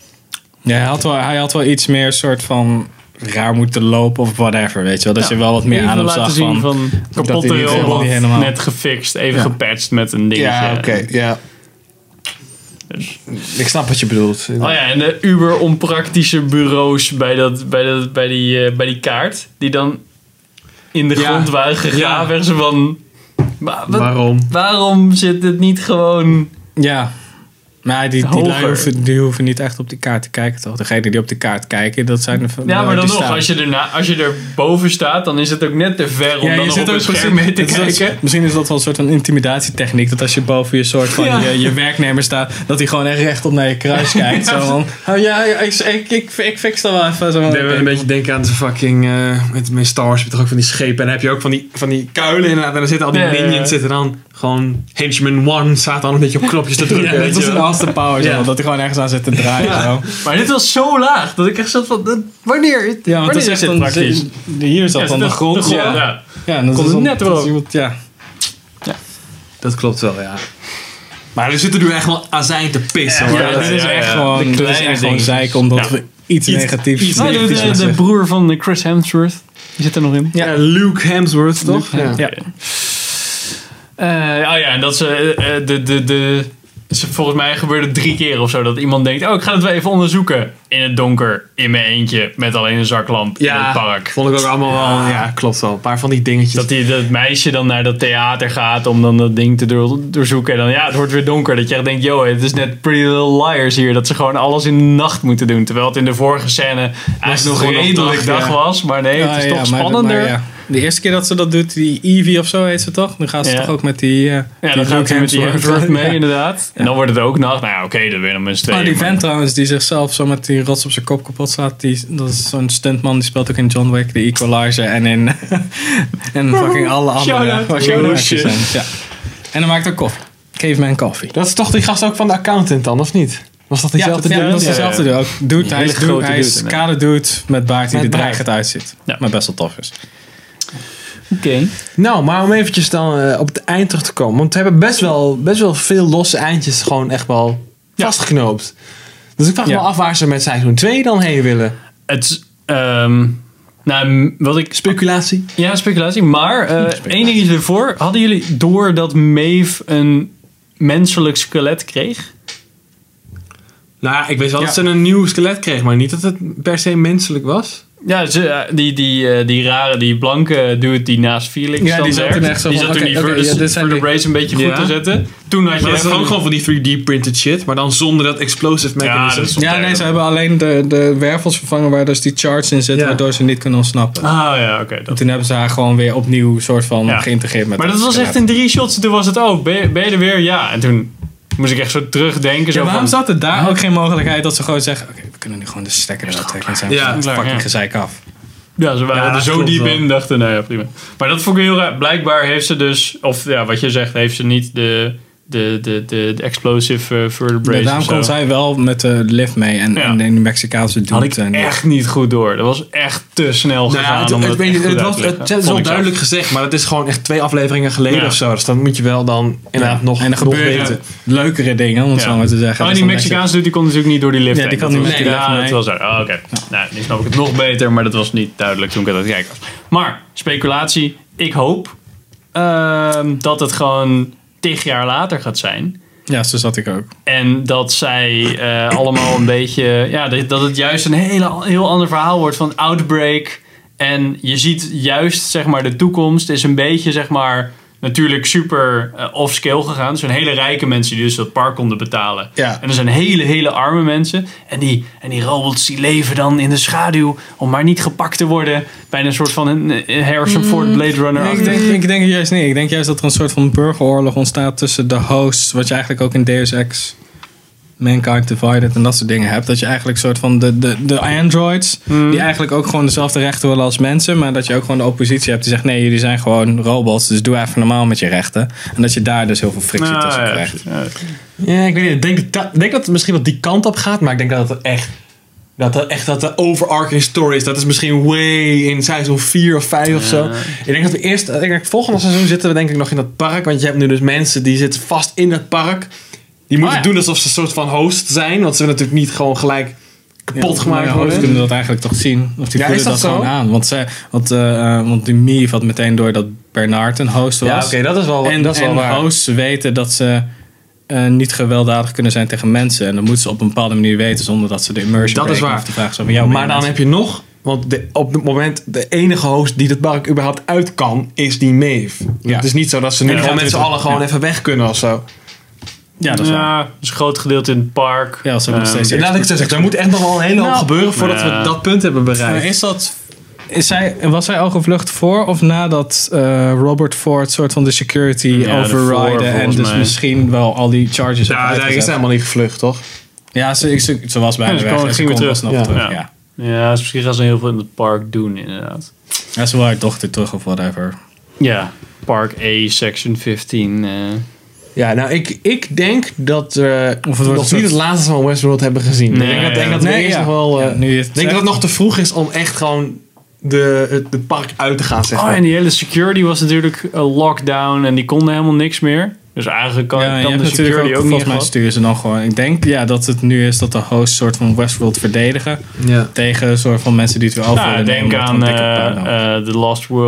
Ja, hij had, wel, hij had wel iets meer soort van raar moeten lopen of whatever, weet je wel. Dat ja, je wel wat meer aan hem zag zien van, van kapotte robot, helemaal... net gefixt, even ja. gepatcht met een dingetje. Ja, oké, okay, ja. Dus. Ik snap wat je bedoelt. Oh ja, en de uber onpraktische bureaus bij, dat, bij, dat, bij, die, uh, bij die kaart, die dan in de ja. grond waren gegraven. Ja. Ze van, maar, wat, waarom? Waarom zit het niet gewoon... Ja. Maar die, die lui hoeven, die hoeven niet echt op die kaart te kijken, toch? Degenen die op de kaart kijken, dat zijn de... Ja, maar dan nog, als je, erna, als je er boven staat, dan is het ook net te ver om ja, dan nog op een scherm mee te kijken. Dat, misschien is dat wel een soort van intimidatietechniek, dat als je boven je soort van ja. je, je werknemer staat, dat hij gewoon echt rechtop naar je kruis kijkt. Zo van, oh ja, ik, ik, ik, ik fix dat wel even. Zo van, okay. Een beetje denken aan de fucking, uh, met, met Star Wars heb je toch ook van die schepen, en dan heb je ook van die, van die kuilen inderdaad, en dan zitten al die ja, minions, ja. zitten dan gewoon, Henchman one staat dan een beetje op knopjes te drukken. Ja, dat is een Austin Power, ja. dat hij gewoon ergens aan zit te draaien. Ja. Zo. Maar dit was zo laag, dat ik echt zat van, dat, wanneer? Ja, want wanneer is echt praktisch. Hier zat ja, dan de grond. De grond ja. Ja. Ja, en dat komt is het net erop. Iemand, ja. ja. Dat klopt wel, ja. Maar er zitten nu echt wel azijn te pissen. Ja, hoor. ja, dit is echt ja, gewoon, dit is echt gewoon zeik, omdat ja. we iets, iets negatiefs... Iets oh, de, de, de broer van Chris Hemsworth, die zit er nog in. Ja, ja Luke Hemsworth, toch? Luke, ja. ja. Uh, oh ja, en dat ze uh, de, de, de, Dus volgens mij gebeurde het drie keer of zo dat iemand denkt... oh, ik ga het wel even onderzoeken. In het donker, in mijn eentje, met alleen een zaklamp in het park. Vond ik ook allemaal wel... Ja, klopt wel. Een paar van die dingetjes. Dat, die, dat meisje dan naar dat theater gaat om dan dat ding te door, doorzoeken. En dan, ja, het wordt weer donker. Dat je echt denkt, yo, het is net Pretty Little Liars hier. Dat ze gewoon alles in de nacht moeten doen. Terwijl het in de vorige scène eigenlijk nog redelijk dag ja. was. Maar nee, het is ja, toch ja, spannender. Maar, maar, ja. De eerste keer dat ze dat doet, die Evie of zo heet ze toch? Dan gaan ze ja. toch ook met die... Uh, ja, die dan gaat ze met die Hemsworth mee, ja. inderdaad. En dan wordt het ook nacht. Nou ja, oké, okay, dan weer een mensen twee. Oh, die vent trouwens, die zichzelf zo met die rots op zijn kop kapot slaat. Die, dat is zo'n stuntman, die speelt ook in John Wick, The Equalizer. En in en fucking alle andere... Ja. En dan maakt ook koffie. Caveman Coffee. Dat is toch die gast ook van de accountant dan, of niet? Was dat diezelfde ja, dude? Ja, dat is dezelfde dude. Dude, hij is, dude, hij is dude, kale dude met baard die er dreigend uitziet. Ja. Maar best wel tof is. Oké. Okay. Nou, maar om eventjes dan uh, op het eind terug te komen. Want we hebben best wel, best wel veel losse eindjes gewoon echt wel ja. vastgeknoopt. Dus ik vraag ja. me af waar ze met seizoen twee dan heen willen. Het um, nou, wat ik... Speculatie? Ja, speculatie. Maar uh, één ding ervoor. Hadden jullie door dat Maeve een menselijk skelet kreeg? Nou ja, ik weet wel ja. dat ze een nieuw skelet kreeg. Maar niet dat het per se menselijk was. Ja, ze, die, die, die rare, die blanke dude die naast Felix ja, die zat toen echt zo die van, zat toen okay, die okay, ver, ja, voor de brace een beetje goed ja. te zetten. Toen had je maar dat is ook gewoon van die drie D printed shit, maar dan zonder dat explosive mechanism. Ja, ja nee, ze hebben alleen de, de wervels vervangen waar dus die charts in zitten, ja. waardoor ze niet kunnen ontsnappen. Ah ja, oké. Okay, toen hebben ze haar gewoon weer opnieuw soort van ja. geïntegreerd met. Maar dat was echt in drie shots. Toen was het ook. Oh, ben je, ben je er weer? Ja. En toen moest ik echt zo terugdenken. Ja, zo waarom van, zat er daar ja. ook geen mogelijkheid dat ze gewoon zeggen, oké, okay, we kunnen nu gewoon de stekker eruit trekken en zijn ja, het fucking ja. gezeik af. Ja, ze waren ja, er zo diep in, dachten, nou ja, prima. Maar dat vond ik heel raar. Blijkbaar heeft ze dus, of ja, wat je zegt, heeft ze niet de, de, de, de, de explosive uh, further brace. Ja, daarom kon zij wel met de lift mee en, ja. en de Mexicaanse dude. Had ik en echt niet goed door. Dat was echt te snel gegaan. Nou ja, het, om het, het, het, het, was, het, het is wel duidelijk zelf. gezegd, maar het is gewoon echt twee afleveringen geleden ja. of zo. Dus dan moet je wel dan inderdaad ja. nog, en er nog gebeuren weten. leukere dingen, om het ja. zo maar te zeggen. Oh, die Mexicaanse dude die kon natuurlijk niet door die lift. Ja, die kan niet mee. Ja, dat was zo. Oh, oké. Okay. Ja. Nou, nu snap ik het nog beter, maar dat was niet duidelijk toen ik aan het kijken was. Maar, speculatie. Ik hoop uh, dat het gewoon tig jaar later gaat zijn. Ja, zo zat ik ook. En dat zij uh, allemaal een beetje... Ja, dat het juist een hele, heel ander verhaal wordt van Outbreak. En je ziet juist, zeg maar, de toekomst is een beetje, zeg maar... Natuurlijk super uh, off-scale gegaan. Er zijn hele rijke mensen die dus dat park konden betalen. Ja. En er zijn hele, hele arme mensen. En die, en die robots die leven dan in de schaduw om maar niet gepakt te worden. Bij een soort van een Harrison Ford Blade Runner. Nee, ik, denk, ik denk juist niet. Ik denk juist dat er een soort van burgeroorlog ontstaat tussen de hosts. Wat je eigenlijk ook in Deus Ex Mankind Divided en dat soort dingen hebt. Dat je eigenlijk soort van de, de, de androids, hmm. die eigenlijk ook gewoon dezelfde rechten willen als mensen, maar dat je ook gewoon de oppositie hebt die zegt, nee, jullie zijn gewoon robots, dus doe even normaal met je rechten. En dat je daar dus heel veel frictie nou, tussen ja, krijgt. Ja, ja, ik weet niet. Ik denk, dat, ik denk dat het misschien wel die kant op gaat, maar ik denk dat het echt dat het echt dat de overarching story is. Dat is misschien way in seizoen vier of vijf ja. of zo. Ik denk dat we eerst, ik denk het volgende seizoen zitten we denk ik nog in dat park, want je hebt nu dus mensen die zitten vast in het park. Die moeten oh, ja. doen alsof ze een soort van host zijn. Want ze willen natuurlijk niet gewoon gelijk kapot ja, gemaakt worden. Ze kunnen dat eigenlijk toch zien. Of die ja, voelen dat, dat gewoon aan. Want, ze, want, uh, want die Mieve had meteen door dat Bernard een host was. Ja, oké, okay, dat is wel En, dat is wel en waar. hosts weten dat ze uh, niet gewelddadig kunnen zijn tegen mensen. En dat moeten ze op een bepaalde manier weten zonder dat ze de immersion dat is waar. Of de vraag zo van jou. Maar dan mensen. heb je nog... Want de, op het moment, de enige host die het park überhaupt uit kan, is die Maeve. Ja. Het is niet zo dat ze nu ja, gewoon met z'n allen gewoon ja. even weg kunnen of zo. Ja, dat is ja, waar. Dat is een groot gedeelte in het park. Ja, dat is ook nog steeds. Um, laat ik het zeggen, er moet echt nog wel een hele hoop nou, gebeuren voordat ja. we dat punt hebben bereikt. Is dat, is zij, was zij al gevlucht voor of nadat uh, Robert Ford soort van de security ja, overriden en dus mij. misschien wel al die charges ja, heeft Ja, is helemaal niet gevlucht, toch? Ja, ze, ze, ze was bijna ja, weg. Ze, ze ging weer terug. Nog Ja. terug. Ja. Ja. ja, dus misschien gaan ze heel veel in het park doen, inderdaad. Ja, ze wil haar dochter terug of whatever. Ja, Park A, Section vijftien... Uh. Ja, nou, ik, ik denk dat we of het nog niet soort... het laatste van Westworld hebben gezien. Nee, ik denk dat, ja. denk dat we nee, eerst ja. nog wel... Uh, ja, nu ik denk dat het nog te vroeg is om echt gewoon de, het, het park uit te gaan, zeg maar. Oh, en die hele security was natuurlijk uh, lockdown en die konden helemaal niks meer. Dus eigenlijk kan, ja, kan de security ook, ook niet. Volgens mij sturen ze dan gewoon. Ik denk ja, dat het nu is dat de host soort van Westworld verdedigen. Ja. Tegen een soort van mensen die het weer over willen nemen. Denk aan uh, uh, The Lost World.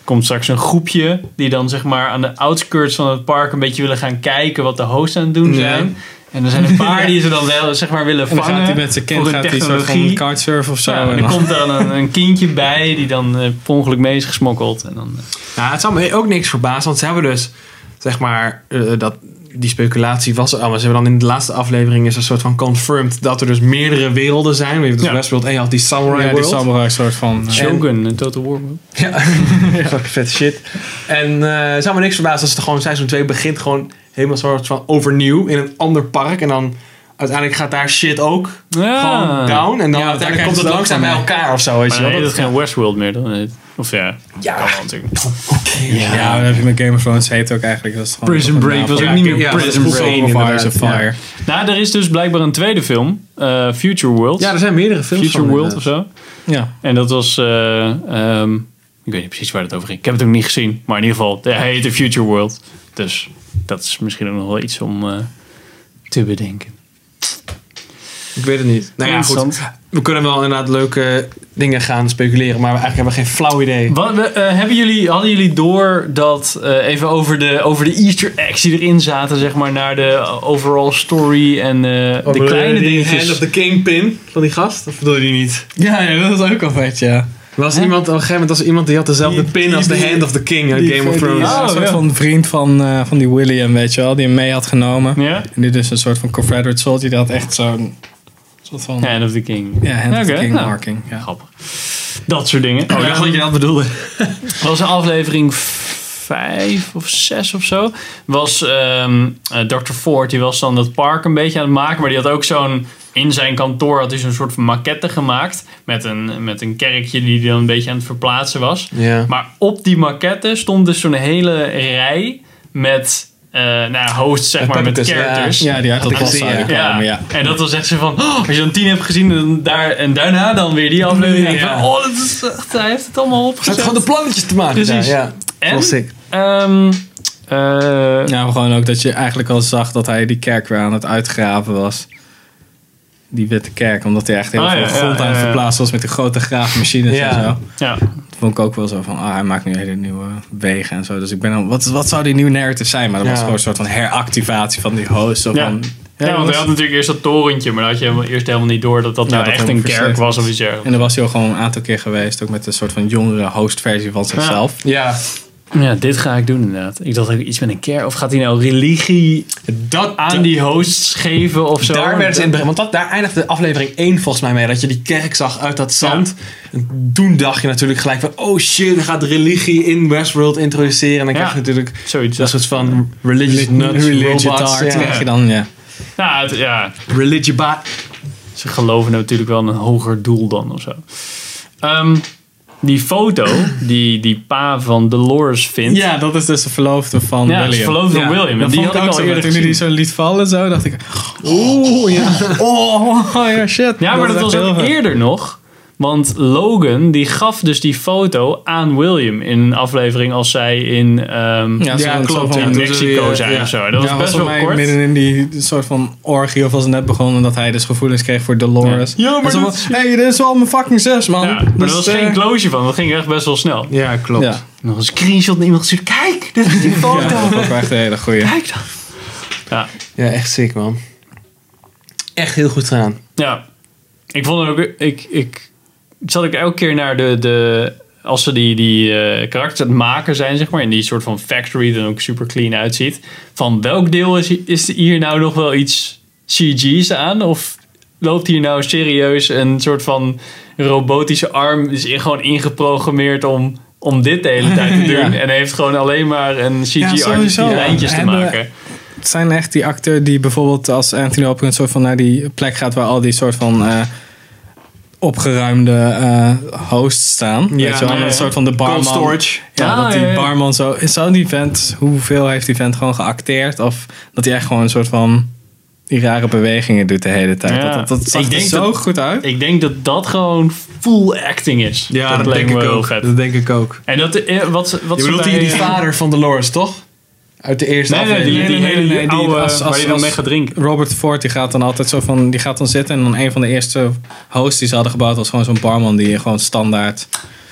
komt straks een groepje die dan zeg maar aan de outskirts van het park een beetje willen gaan kijken wat de hosts aan het doen zijn. Ja. En er zijn een paar die ze dan wel zeg maar willen vangen. En dan gaat hij met zijn kind gaat hij soort van kitesurfen of zo. Ja, en er komt dan een, een kindje bij die dan uh, per ongeluk mee is gesmokkeld. En dan, uh... Nou, het zal me ook niks verbazen, want ze hebben dus zeg maar uh, dat die speculatie was er al, maar ze hebben dan in de laatste aflevering is een soort van confirmed dat er dus meerdere werelden zijn. We hebben dus ja. Westworld en je had die Samurai ja, World. die Samurai soort van... Uh, Shogun, een Total War. Ja, echt vette shit. En uh, het zou me niks verbazen als het gewoon seizoen twee begint gewoon helemaal soort van overnieuw in een ander park en dan uiteindelijk gaat daar shit ook ja. gewoon down en dan ja, uiteindelijk komt het langzaam bij elkaar of zo. Weet maar je dan wel. heet het geen Westworld meer dan het. Of ja, ja. kan wel natuurlijk. Okay, ja, ja, dan heb je met Game of Thrones heet ook eigenlijk. Dat is gewoon Prison Break was ook niet meer ja, Prison Break. Of Fires of Fire. Ja. Nou, er is dus blijkbaar een tweede film, uh, Future World. Ja, er zijn meerdere films Future van World of zo. Ja. En dat was, uh, um, ik weet niet precies waar het over ging. Ik heb het ook niet gezien, maar in ieder geval, hij heet The Future World. Dus dat is misschien ook nog wel iets om uh, te bedenken. Ik weet het niet. Nou ja, goed. We kunnen wel inderdaad leuke dingen gaan speculeren, maar we eigenlijk hebben geen flauw idee. Wat, uh, hebben jullie, hadden jullie door dat uh, even over de, over de Easter eggs die erin zaten, zeg maar, naar de overall story en uh, oh, de kleine dingetjes? Hand of the Kingpin van die gast? Of bedoel je die niet? Ja, ja, dat is ook al vet, ja. Was iemand, op een gegeven moment was er iemand die had dezelfde die, pin die, als de Hand of the King uit Game of Thrones. Oh, een soort ja. van vriend van, uh, van die William, weet je wel, die hem mee had genomen. Ja? En dit is een soort van Confederate soldier, die had echt zo'n soort van... Hand of the King. Ja, Hand okay, of the King nou, marking. Ja. Grappig. Dat soort dingen. Oh, ik dacht dat je dat bedoelde. Dat was een aflevering vijf of zes of zo. Was um, uh, dokter Ford, die was dan dat park een beetje aan het maken, maar die had ook zo'n... In zijn kantoor had hij zo'n soort van maquette gemaakt. Met een, met een kerkje die hij dan een beetje aan het verplaatsen was. Ja. Maar op die maquette stond dus zo'n hele rij met uh, nou, hosts, zeg met maar, met characters. Ja, ja die uit dat bos zouden komen, ja. ja. En dat was echt zo van, oh, als je dan tien hebt gezien en, daar, en daarna dan weer die aflevering. Ja. Van, oh, dat is echt, hij heeft het allemaal opgezet. Hij heeft gewoon de plannetjes te maken. Precies. Ja, en, was sick. Um, uh, ja, maar gewoon ook dat je eigenlijk al zag dat hij die kerk weer aan het uitgraven was. Die witte kerk, omdat hij echt heel oh, veel ja, grond ja, aan het ja, verplaatsen was met die grote graafmachines ja. en zo. Ja. Dat vond ik ook wel zo van, ah, hij maakt nu hele nieuwe wegen en zo. Dus ik ben al, wat, wat zou die nieuwe narrative zijn? Maar dat ja. was gewoon een soort van heractivatie van die host. Zo ja. Van, ja, ja, want hij had natuurlijk eerst dat torentje, maar dan had je helemaal, eerst helemaal niet door dat dat ja, nou dat echt een kerk was of iets. En dan was hij al gewoon een aantal keer geweest, ook met een soort van jongere hostversie van zichzelf. Ja. Ja, dit ga ik doen inderdaad. Ik dacht ook iets met een kerk. Of gaat hij nou religie dat, aan dat, die hosts geven of zo? Daar werd in, want dat, daar eindigde aflevering één volgens mij mee. Dat je die kerk zag uit dat zand. Ja. En toen dacht je natuurlijk gelijk van... Oh shit, hij gaat religie in Westworld introduceren. En dan ja. krijg je natuurlijk zoiets dat soort van religious nuts, religious robots. Ja. Krijg je dan, ja. Ja, het, ja. Religiobot. Ze geloven natuurlijk wel in een hoger doel dan of zo. Um, Die foto die die pa van Dolores vindt. Ja, dat is dus de verloofde van ja, William. Ja, de verloofde van ja. William. En die had ik al eerder toen hij die zo liet vallen, zo dacht ik... Oeh, ja. Oh, oh, ja, shit. Ja, maar dat, dat was ook eerder nog. Want Logan, die gaf dus die foto aan William in een aflevering als zij in, um, ja, ja, klopt, in Mexico zijn ja. of zo. Dat ja, was best was wel kort. Midden in die soort van orgie of was het net begonnen dat hij dus gevoelens kreeg voor Dolores. Ja, ja maar zo dat... Hé, hey, dit is wel mijn fucking zus, man. Ja, maar dus, er was uh, geen closure van. Dat ging echt best wel snel. Ja, klopt. Ja. Nog een screenshot naar iemand gestuurd. Kijk, dit is die foto. Ja, dat was echt een hele goeie. Kijk dan. Ja. Ja, echt sick, man. Echt heel goed gedaan. Ja. Ik vond het ook... Ik... ik zat ik elke keer naar de, de als ze die, die uh, karakters aan het maken zijn, zeg maar, in die soort van factory, dan ook super clean uitziet. Van welk deel is, is hier nou nog wel iets C G's aan? Of loopt hier nou serieus een soort van robotische arm, is gewoon ingeprogrammeerd om, om dit de hele tijd te doen. Ja. En heeft gewoon alleen maar een C G-arm ja, die lijntjes te maken. Het zijn echt die acteurs die bijvoorbeeld als Anthony Hopkins soort van naar die plek gaat waar al die soort van... Uh, opgeruimde uh, hosts staan. Ja, weet je wel? Ja, ja. Een soort van de barman. Cold storage. Ja, ja, dat die ja, ja. barman zo... Zou die vent... Hoeveel heeft die vent gewoon geacteerd? Of dat hij echt gewoon een soort van... Die rare bewegingen doet de hele tijd. Ja. Dat, dat, dat zag ik er zo dat, goed uit. Ik denk dat dat gewoon full acting is. Ja, dat, dat denk ik ook. Vet. Dat denk ik ook. En dat... Wat, wat je bedoelt die, die vader van Dolores, toch? Uit de eerste nee, aflevering. Nee, die, die, die, die, die oude, als, als, waar je dan mee gaat drinken. Robert Ford, die gaat dan altijd zo van... Die gaat dan zitten en dan een van de eerste hosts die ze hadden gebouwd... was gewoon zo'n barman die gewoon standaard...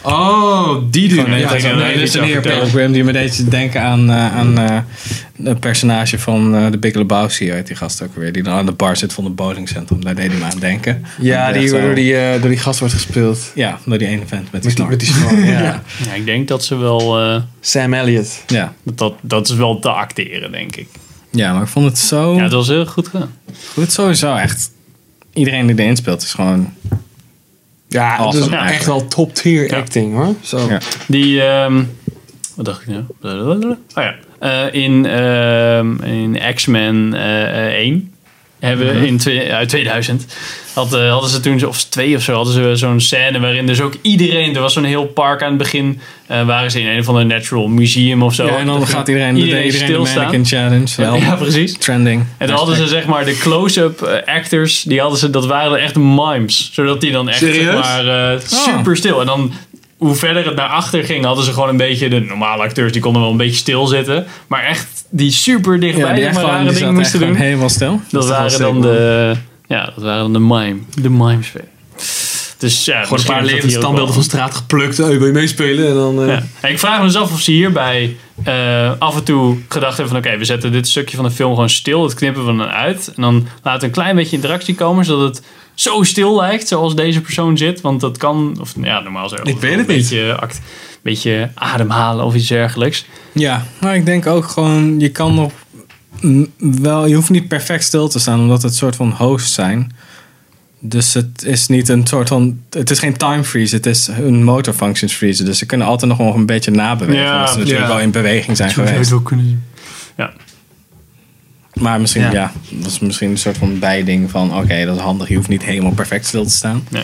Oh, die dude. Nee, Ja, dat is ja, een nee, hele dat is een scenario heer. program die me deed denken aan, uh, aan uh, een personage van uh, The Big Lebowski, uit die gast ook weer, die dan aan de bar zit van het bowlingcentrum. Daar deed hij me aan denken. Ja, die Echt zo- door die, uh, door die gast wordt gespeeld. Ja, door die ene vent met die Met die, snor. met die snor, ja. Ja, ik denk dat ze wel... Uh, Sam Elliott. Ja. dat, dat, dat is wel te acteren, denk ik. ja, maar ik vond het zo Ja, het was heel goed gedaan. goed. Sowieso echt. Iedereen die erin speelt is gewoon... Ja, dat is Awesome. echt wel top tier Ja. acting hoor. Zo. Ja. Die, ehm, wat dacht ik nou? Oh ja. Uh, in, ehm, in X-Men uh, één hebben Mhm. in twee, uit tweeduizend had, uh, hadden ze toen, of twee of zo, hadden ze zo'n scène waarin dus ook iedereen, er was zo'n heel park aan het begin, uh, waren ze in een of ander natural museum of zo. Ja, en dan toen gaat iedereen, iedereen de, iedereen de stilstaan. mannequin challenge. Wel. Ja, precies. Trending. En dan hadden ze zeg maar de close-up uh, actors, die hadden ze, dat waren echt mimes. Zodat die dan echt zeg Serieus? maar uh, super stil. En dan hoe verder het naar achter ging, hadden ze gewoon een beetje, de normale acteurs, die konden wel een beetje stilzitten. Maar echt die super dichtbij Ja, die zeg echt maar gewoon, rare die dingen zaten echt moesten gewoon doen. helemaal stil. Dat is toch waren wel dan de, ja, dat waren dan de mime, de mimes. Dus ja, Gewoon een paar levende standbeelden standbeelden van straat geplukt. Hey, wil je meespelen? En dan, uh, Ja. En ik vraag me dus af of ze hierbij uh, af en toe gedacht hebben van oké, okay, we zetten dit stukje van de film gewoon stil. Dat knippen we dan uit. En dan laten we een klein beetje interactie komen, zodat het zo stil lijkt zoals deze persoon zit. Want dat kan, of ja, normaal zo. Ik weet een het niet. beetje, act, beetje ademhalen of iets dergelijks. Ja, maar ik denk ook gewoon, je kan nog mm, wel, je hoeft niet perfect stil te staan, omdat het een soort van hosts zijn. Dus het is niet een soort van, het is geen time freeze, het is een motor functions freeze. Dus ze kunnen altijd nog wel een beetje nabewegen. Ja, omdat ze natuurlijk ja. wel in beweging zijn Zo zou je geweest. het ook kunnen zien. Ja. Maar misschien, ja. Ja. dat is misschien een soort van bijding van, oké, okay, dat is handig, je hoeft niet helemaal perfect stil te staan. Nee.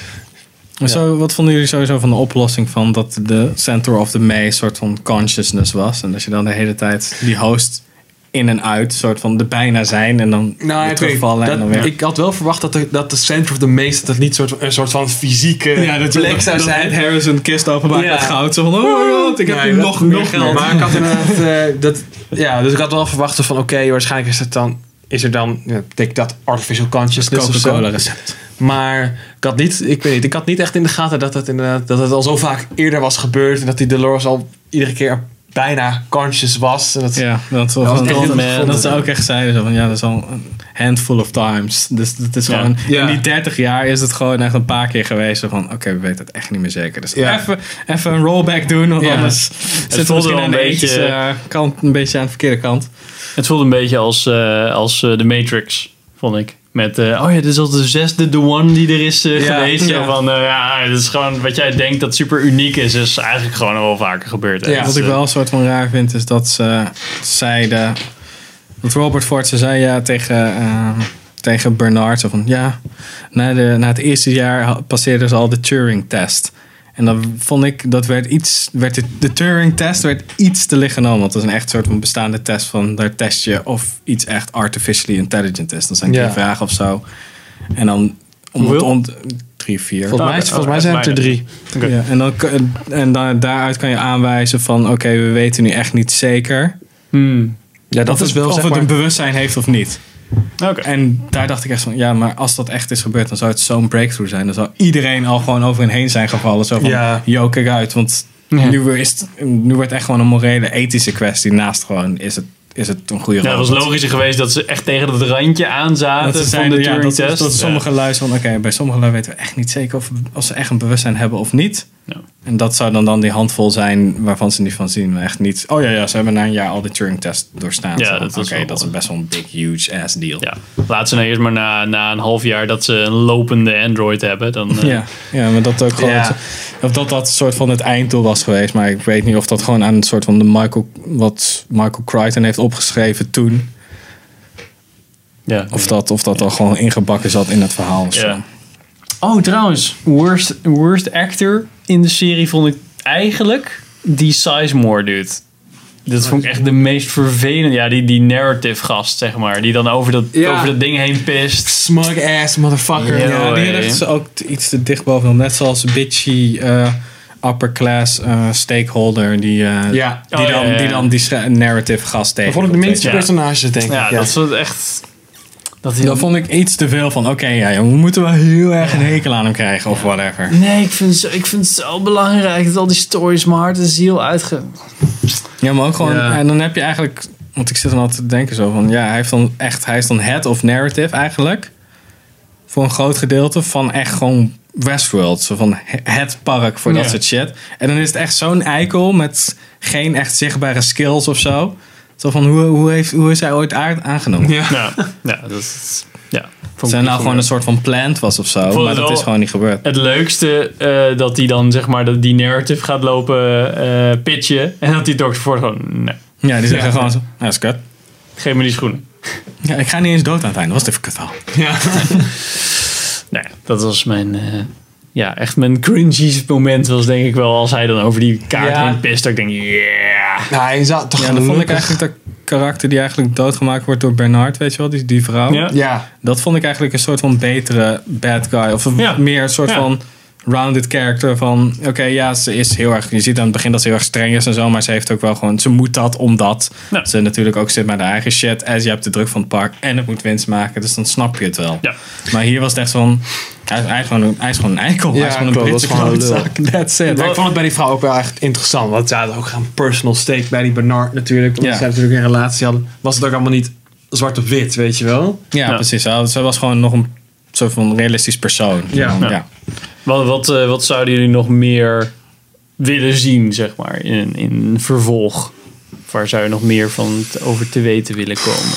Maar zo, wat vonden jullie sowieso van de oplossing van dat de center of the maze een soort van consciousness was? En dat je dan de hele tijd die host in en uit, soort van de bijna zijn en dan nou, weer ik, terugvallen. weet, en dan dat, weer. ik had wel verwacht dat de, dat de center of the maze dat niet soort, een soort van fysieke plek zou zijn. Harrison kist openmaakt Ja. met goud. Zo van, oh my god, ik heb Nee, nu dat- nog meer nog geld. Maar ik had inderdaad, uh, dat, ja, dus ik had wel verwacht van oké, okay, waarschijnlijk is het dan, is er dan, ja, denk ik dat artificial consciousness of zo. Coca-Cola recept. Maar ik had niet, ik weet niet, ik had niet echt in de gaten dat het inderdaad, dat het al zo vaak eerder was gebeurd en dat die Dolores al iedere keer bijna conscious was. En dat, Ja, dat, Dat was dat, echt dat, heel dat ze gevonden. ook echt zeiden. Zo van, ja, dat is al een handful of times. Dus dat is Ja. gewoon, Ja. in die dertig jaar is het gewoon echt een paar keer geweest. Zo van, oké, okay, we weten het echt niet meer zeker. Dus Ja. even, even een rollback doen, want Ja. anders zit het voelde misschien wel aan de een beetje- ethische uh, kant, een beetje aan de verkeerde kant. Het voelde een beetje als, uh, als uh, The Matrix, vond ik. Met, uh, oh ja, dit is al de zesde The One die er is uh, Ja, geweest. ja. Ja. Van, uh, ja, dit is gewoon wat jij denkt dat super uniek is, is eigenlijk gewoon al wel vaker gebeurd. hè. Ja. Dus, Wat ik uh, wel een soort van raar vind, is dat ze zeiden... Dat Robert Ford ze zei ja tegen, uh, tegen Bernard. Zo van, ja, na, de, na het eerste jaar ha- passeerden ze al de Turing-test. En dan vond ik, dat werd iets... Werd de, de Turing-test werd iets te licht genomen. Want dat is een echt soort van bestaande test van... Daar test je of iets echt artificially intelligent is. Dat zijn drie Ja. vragen of zo. En dan... Om het Hoeveel? ont, drie, vier. volgens, mij, Oké, volgens oh, mij zijn het er dat is drie. Oké. Ja, en dan, kun- en dan, daaruit kan je aanwijzen van... Oké, okay, we weten nu echt niet zeker... hmm. Ja, dat of is het, wel of zeg het maar, een bewustzijn heeft of niet. Oké. En daar dacht ik echt van... Ja, maar als dat echt is gebeurd... dan zou het zo'n breakthrough zijn. Dan zou iedereen al gewoon over hen heen zijn gevallen. Zo van, Ja. yo, kijk uit. Want Ja. nu, is het, nu wordt het echt gewoon een morele, ethische kwestie. Naast gewoon, is het, is het een goede Ja, het was robot? logischer geweest dat ze echt tegen dat randje aan zaten Dat ze van de zeiden, ja, dat, Turing-test. dat sommige lui van... Oké, bij sommige lui weten we echt niet zeker... of, of ze echt een bewustzijn hebben of niet. Ja. En dat zou dan, dan die handvol zijn waarvan ze niet van zien. Maar echt niet... Oh ja, ja, ze hebben na een jaar al de Turing-test doorstaan. Ja, Zo van, dat was Oké, wel- dat is best wel een big, huge ass deal. Ja, laat ze nou eerst maar na, na een half jaar dat ze een lopende Android hebben. Dan, uh, Ja, ja, maar dat ook gewoon... Ja. Of dat dat een soort van het einddoel was geweest. Maar ik weet niet of dat gewoon aan een soort van de Michael... Wat Michael Crichton heeft opgeschreven toen. ja. Of dat, of dat al gewoon ingebakken zat in het verhaal. Of zo. Ja. Oh, trouwens, worst, worst actor in de serie vond ik eigenlijk die Sizemore dude. Dat vond ik echt de meest vervelende. Ja, die, die narrative gast, zeg maar. Die dan over dat, Ja. over dat ding heen pist. smug ass motherfucker. Ja. Ja, die hey. ligt ook t- iets te dicht bovenop. Net zoals bitchy uh, upper class uh, stakeholder. Die, uh, Ja. die, Oh, dan, ja, ja, die ja. dan die schra- narrative gast tegen. Dat vond ik de minste Ja. personages, denk ik. Ja, Ja, dat is echt... Dat hij Dat vond ik iets te veel van, oké, okay, ja, we moeten wel heel erg een hekel aan hem krijgen of whatever. Nee, ik vind, het zo, ik vind het zo belangrijk dat al die stories mijn hart en ziel uitge... Ja, maar ook gewoon, Ja. en dan heb je eigenlijk, want ik zit dan altijd te denken zo van, ja, hij heeft dan echt, hij is dan head of narrative eigenlijk. Voor een groot gedeelte van echt gewoon Westworld. Zo van het park voor dat Ja. soort shit. En dan is het echt zo'n eikel met geen echt zichtbare skills of zo. Zo van, hoe, hoe, heeft, hoe is hij ooit aard aangenomen? Ja. Ja, ja, dat is... Ja, Als hij nou gewoon een soort van plant was of zo. vond Maar het dat wel- is gewoon niet gebeurd. Het leukste uh, dat hij dan zeg maar dat die narrative gaat lopen uh, pitchen. En dat die dokter voor gewoon, nee, Ja, die zeggen Ja. gewoon zo, nou, dat is kut. geef me die schoenen. Ja, ik ga niet eens dood aan het einde. Dat was even kut verhaal. Ja. Nee, dat was mijn, uh, ja, echt mijn cringy moment was denk ik wel als hij dan over die kaart Ja. heen pist. Dat ik denk, yeah. Nou, hij zat toch Ja, dan vond ik gelukkig- eigenlijk dat karakter die eigenlijk doodgemaakt wordt door Bernard, weet je wel, die, die vrouw. Ja. Ja. Dat vond ik eigenlijk een soort van betere bad guy. Of een Ja. meer een soort Ja. van rounded character van, oké, ja, ze is heel erg, je ziet aan het begin dat ze heel erg streng is en zo, maar ze heeft ook wel gewoon, ze moet dat omdat Ja. ze natuurlijk ook zit met haar eigen shit en je hebt de druk van het park en het moet winst maken, dus dan snap je het wel. Ja. Maar hier was het echt van, hij is, hij is, gewoon, een, hij is gewoon een eikel. Ja, hij is gewoon klopt, een dat Britse is gewoon een lul. klootzak. That's it. Maar ik vond het bij die vrouw ook wel echt interessant. Want ja, ook een personal stake bij die Bernard natuurlijk. Omdat Ja. zij natuurlijk een relatie hadden. Was het ook allemaal niet zwart op wit, weet je wel? Ja, Ja. precies. Ze ze was gewoon nog een soort van realistisch persoon. Ja. ja. Ja. Wat, wat, uh, wat zouden jullie nog meer willen zien, zeg maar, in, in een vervolg? Waar zou je nog meer van te, over te weten willen komen?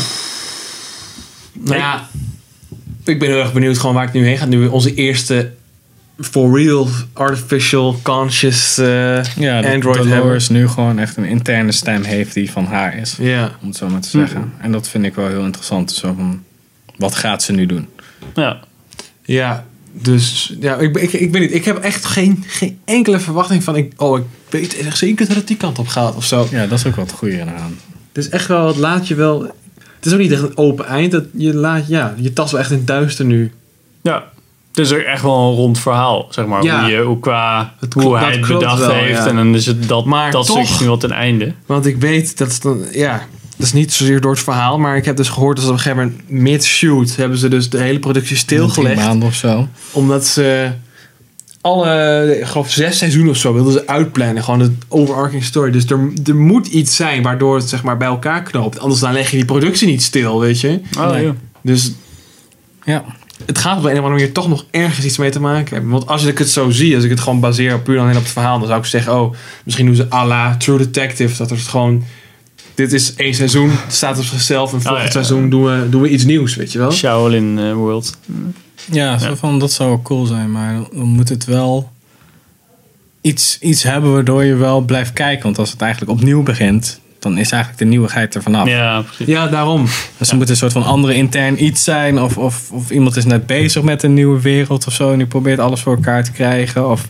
Nou ja, ik ben heel erg benieuwd gewoon waar het nu heen gaat. Nu onze eerste for real artificial conscious uh, Ja, dat Android hebben. Dolores nu gewoon echt een interne stem heeft die van haar is. Ja. Om het zo maar te zeggen. En dat vind ik wel heel interessant. Zo van, wat gaat ze nu doen? Ja, Ja, dus ja, ik, ik, ik weet niet. Ik heb echt geen, geen enkele verwachting van. Ik, oh, ik weet echt zeker dat het die kant op gaat of zo. Ja, dat is ook wel het goede eraan. Het is echt wel, het laat je wel. Het is ook niet echt een open eind. Dat je laat, ja, je tast wel echt in het duister nu. ja. Het is ook echt wel een rond verhaal, zeg maar. Ja. Hoe, je, hoe, qua, Het hoe klopt- hij dat het klopt bedacht wel, heeft. ja. En dan is het dat, Maar dat toch- stukje nu wel ten einde. Want ik weet dat het dan, ja, dat is niet zozeer door het verhaal, maar ik heb dus gehoord dat ze op een gegeven moment mid-shoot hebben ze dus de hele productie Drie stilgelegd. maanden of zo. Omdat ze alle, ik geloof zes seizoenen of zo wilden ze uitplannen. Gewoon de overarching story. Dus er, er moet iets zijn waardoor het zeg maar bij elkaar knoopt. Anders dan leg je die productie niet stil, weet je. Oh, Nee. ja. Dus Ja. het gaat op een of andere manier toch nog ergens iets mee te maken hebben. Want als ik het zo zie, als ik het gewoon baseer puur alleen op het verhaal, dan zou ik zeggen, oh, misschien doen ze à la True Detective. Dat er het gewoon, dit is één seizoen, het staat op zichzelf en volgend Oh, ja. seizoen doen we, doen we iets nieuws, weet je wel. Shaolin uh, World. Ja, zo Ja. van, dat zou wel cool zijn. Maar dan moet het wel iets, iets hebben waardoor je wel blijft kijken. Want als het eigenlijk opnieuw begint, dan is eigenlijk de nieuwigheid er vanaf. Ja, precies. Ja, daarom. Dus er moet een soort van andere intern iets zijn. Of, of, of iemand is net bezig met een nieuwe wereld of zo. En die probeert alles voor elkaar te krijgen. Of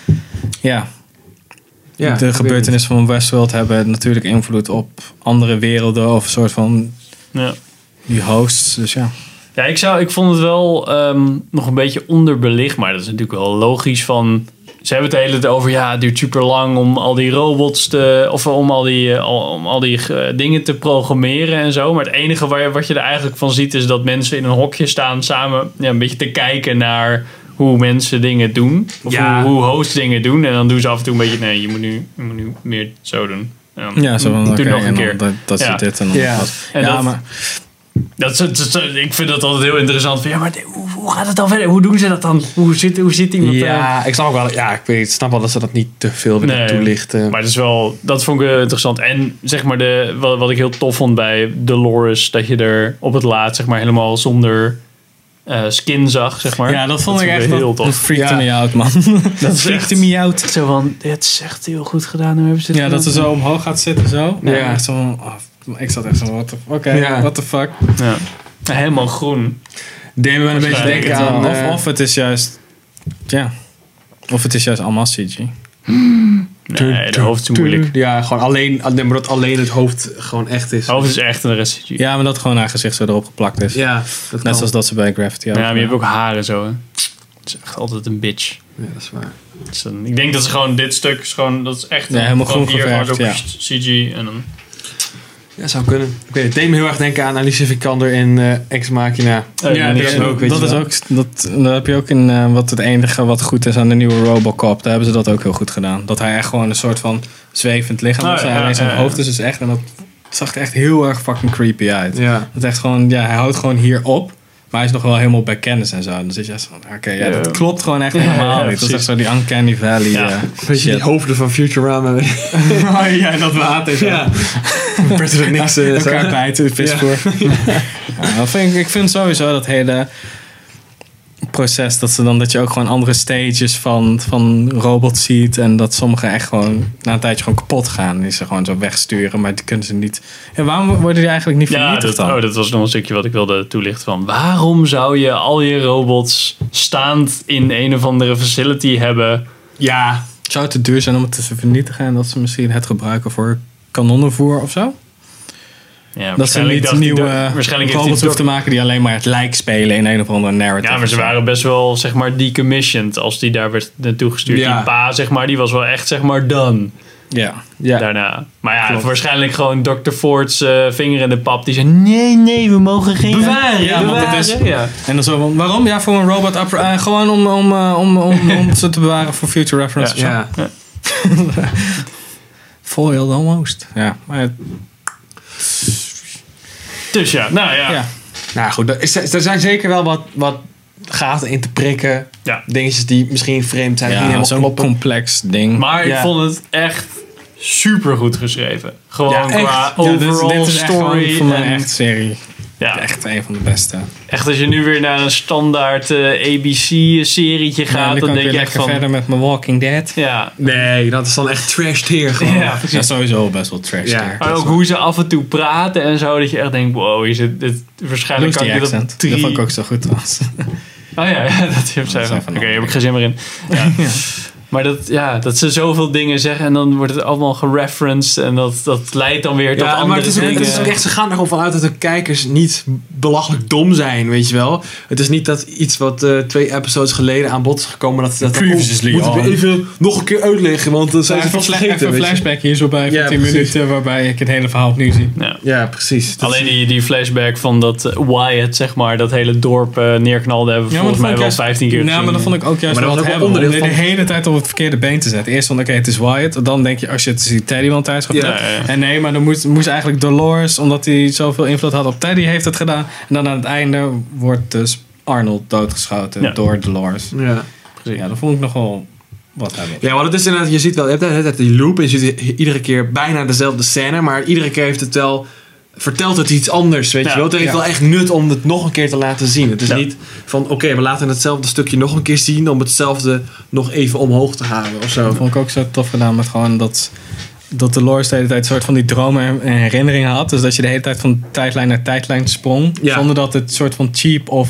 ja, Ja, ik de weet gebeurtenissen van Westworld hebben natuurlijk invloed op andere werelden. Of een soort van Ja. die hosts. Dus ja. Ja, ik, zou, ik vond het wel ehm, nog een beetje onderbelicht. Maar dat is natuurlijk wel logisch van... Ze hebben het de hele tijd over... Ja, het duurt super lang om al die robots te... Of om al die, eh, al- om al die eh, dingen te programmeren en zo. Maar het enige waar, wat je er eigenlijk van ziet... is dat mensen in een hokje staan samen... Ja, een beetje te kijken naar hoe mensen dingen doen. Of Ja. hoe, hoe hosts dingen doen. En dan doen ze af en toe een beetje... Nee, je moet nu, je moet nu meer zo doen. En dan Ja, zo van, doe oké, nog een en dan keer. Dat, dat Ja. is dit en dan Ja. dat. En ja, dat- maar Dat is, dat is- ik vind dat altijd heel interessant. Van, ja, maar hoe, hoe gaat het dan verder? Hoe doen ze dat dan? Hoe zit, hoe zit iemand... eh, Ja, ik snap ook wel. Ja, ik weet, ik snap wel dat ze dat niet te veel willen Nee, toelichten. Maar het is wel, dat vond ik wel interessant. En zeg maar, de, wat, wat ik heel tof vond bij Dolores, dat je er op het laatst zeg maar, helemaal zonder eh, skin zag, zeg maar. ja, dat vond ik echt heel heel tof. Dat freakte Ja. me out, man. Dat is freakte echt- me out. Zo van, dit is echt heel goed gedaan. Hoe hebben ze dit Ja, dat ze gedaan? zo omhoog gaat zitten, zo. Ja. Ja. Echt zo van, oh, ik zat echt zo, what the, oké, Ja. what the fuck. Ja. Helemaal groen. Deed me wel een beetje Waarschijnlijk denken Ja, aan... of, eh, of het is juist, ja, of het is juist allemaal C G. Nee, de hoofd is moeilijk. Ja, gewoon alleen, alleen- maar dat alleen het hoofd gewoon echt is. De hoofd is echt een rest C G. Ja, maar dat gewoon haar gezicht zo erop geplakt is. Ja, dat Net kan. zoals dat ze bij Gravity Ja, ook. maar je hebt ook haren zo. Hè. Het is echt altijd een bitch. Ja, dat is waar. Dus dan- ik denk dat ze gewoon dit stuk is gewoon, dat is echt Ja, helemaal gewoon groen hier gewoon geverfd, zo ja. C G en dan. Ja, zou kunnen. Ik weet het, het deed me heel erg denken aan Alicia Vikander in uh, Ex Machina. Uh, ja, dat dat, is ook, dat, dat is ook dat, dat heb je ook in uh, wat het enige wat goed is aan de nieuwe Robocop. Daar hebben ze dat ook heel goed gedaan. Dat hij echt gewoon een soort van zwevend lichaam is. Oh, ja, alleen zijn ja, ja. hoofd is dus echt. En dat zag er echt heel erg fucking creepy uit. Ja. Dat echt gewoon, ja, hij houdt gewoon hier op. Maar hij is nog wel helemaal bij kennis en zo. Dan zit je echt van, oké, okay, ja, ja, dat klopt gewoon echt helemaal ja, niet. Dat is echt zo die Uncanny Valley. Ja. Uh, Weet je, die hoofden van Futurama. Oh ja, dat water. Ja. President Nixon. Ja, elkaar bijten, de visvoer. Ja. Ja, vind ik, ik vind sowieso dat hele proces, dat, ze dan, dat je ook gewoon andere stages van, van robots ziet. En dat sommige echt gewoon na een tijdje gewoon kapot gaan. Die ze gewoon zo wegsturen, maar die kunnen ze niet. En waarom worden die eigenlijk niet vernietigd ja, dat, dan? Oh, dat was nog een stukje wat ik wilde toelichten van. Waarom zou je al je robots staand in een of andere facility hebben? Ja. Zou het te duur zijn om het te vernietigen en dat ze misschien het gebruiken voor kanonnenvoer of zo? Ja, dat ze niet nieuwe robots hoeven te maken die alleen maar het lijk spelen in een of andere narrative. Ja, maar ze waren best wel, zeg maar, decommissioned als die daar werd naartoe gestuurd. Ja. Die pa, zeg maar, die was wel echt, zeg maar, done. Ja. ja. Daarna. Maar ja, Klopt. waarschijnlijk gewoon dokter Ford's uh, vinger in de pap. Die zei, nee, nee, we mogen geen... Bewaren. Ja, bewaren. Want het is, ja. En dan zo van, waarom? Ja, voor een robot, uh, gewoon om, om, uh, om, om, om ze te bewaren voor future reference. Ja. ja. ja. Foiled almost. Ja, maar... Dus ja, nou ja. ja. Nou goed, er, is, er zijn zeker wel wat, wat gaten in te prikken. Ja. Dingetjes die misschien vreemd zijn. Ja, die helemaal zo'n kloppen. complex ding. Maar ja. ik vond het echt super goed geschreven. Gewoon ja, qua overall ja, dit, dit is story. Echt voor mij en echt serie. Ja. Echt een van de beste. Echt, als je nu weer naar een standaard uh, A B C-serietje gaat, ja, dan, dan denk je echt van... verder met mijn Walking Dead. Ja. Nee, dat is dan echt trash tier gewoon. Ja, precies. Dat is sowieso best wel trash ja. tier. Maar ook hoe ze af en toe praten en zo, dat je echt denkt, wow, is het, dit, waarschijnlijk kan je dat op drie... Dat vond ik ook zo goed trouwens. Oh ja, ja dat heeft zij van. Oké, okay, heb ik geen zin meer in. Ja. ja. Maar dat, ja, dat ze zoveel dingen zeggen en dan wordt het allemaal gereferenced en dat, dat leidt dan weer tot ja, andere maar het is, ook, dingen. het is ook echt, ze gaan er gewoon vanuit dat de kijkers niet belachelijk dom zijn, weet je wel. Het is niet dat iets wat uh, twee episodes geleden aan bod is gekomen, dat, dat previously moeten we even nog een keer uitleggen, want dan zijn ze vast vergeten. Even een flashback hier zo bij van ja, tien precies. minuten waarbij ik het hele verhaal opnieuw zie. Ja, ja precies. Alleen die, die flashback van dat Wyatt, zeg maar, dat hele dorp uh, neerknalde hebben we ja, volgens mij wel juist, vijftien keer Ja, gezien. maar dat vond ik ook juist maar wel wat hebben. Onderdeel om van... de hele tijd op het verkeerde been te zetten. Eerst van, oké, okay, het is Wyatt. Dan denk je, als je het ziet, Teddy want thuis gaat. Ja, ja, ja. En nee, maar dan moest, moest eigenlijk Dolores, omdat hij zoveel invloed had op Teddy, heeft het gedaan. En dan aan het einde wordt dus Arnold doodgeschoten ja. door Dolores. Ja, precies. Ja, dat vond ik nogal wat hebben. Ja, want het is inderdaad, je ziet wel, je hebt net die loop en je ziet iedere keer bijna dezelfde scène, maar iedere keer heeft het wel... vertelt het iets anders, weet ja, je wel. Het heeft ja. wel echt nut om het nog een keer te laten zien. Het is ja. niet van, oké, okay, we laten hetzelfde stukje nog een keer zien... om hetzelfde nog even omhoog te halen of zo. Dat vond ik ook zo tof gedaan met gewoon dat... dat Dolores de hele tijd een soort van die dromen en herinneringen had. Dus dat je de hele tijd van tijdlijn naar tijdlijn sprong. Ja. Zonder dat het soort van cheap of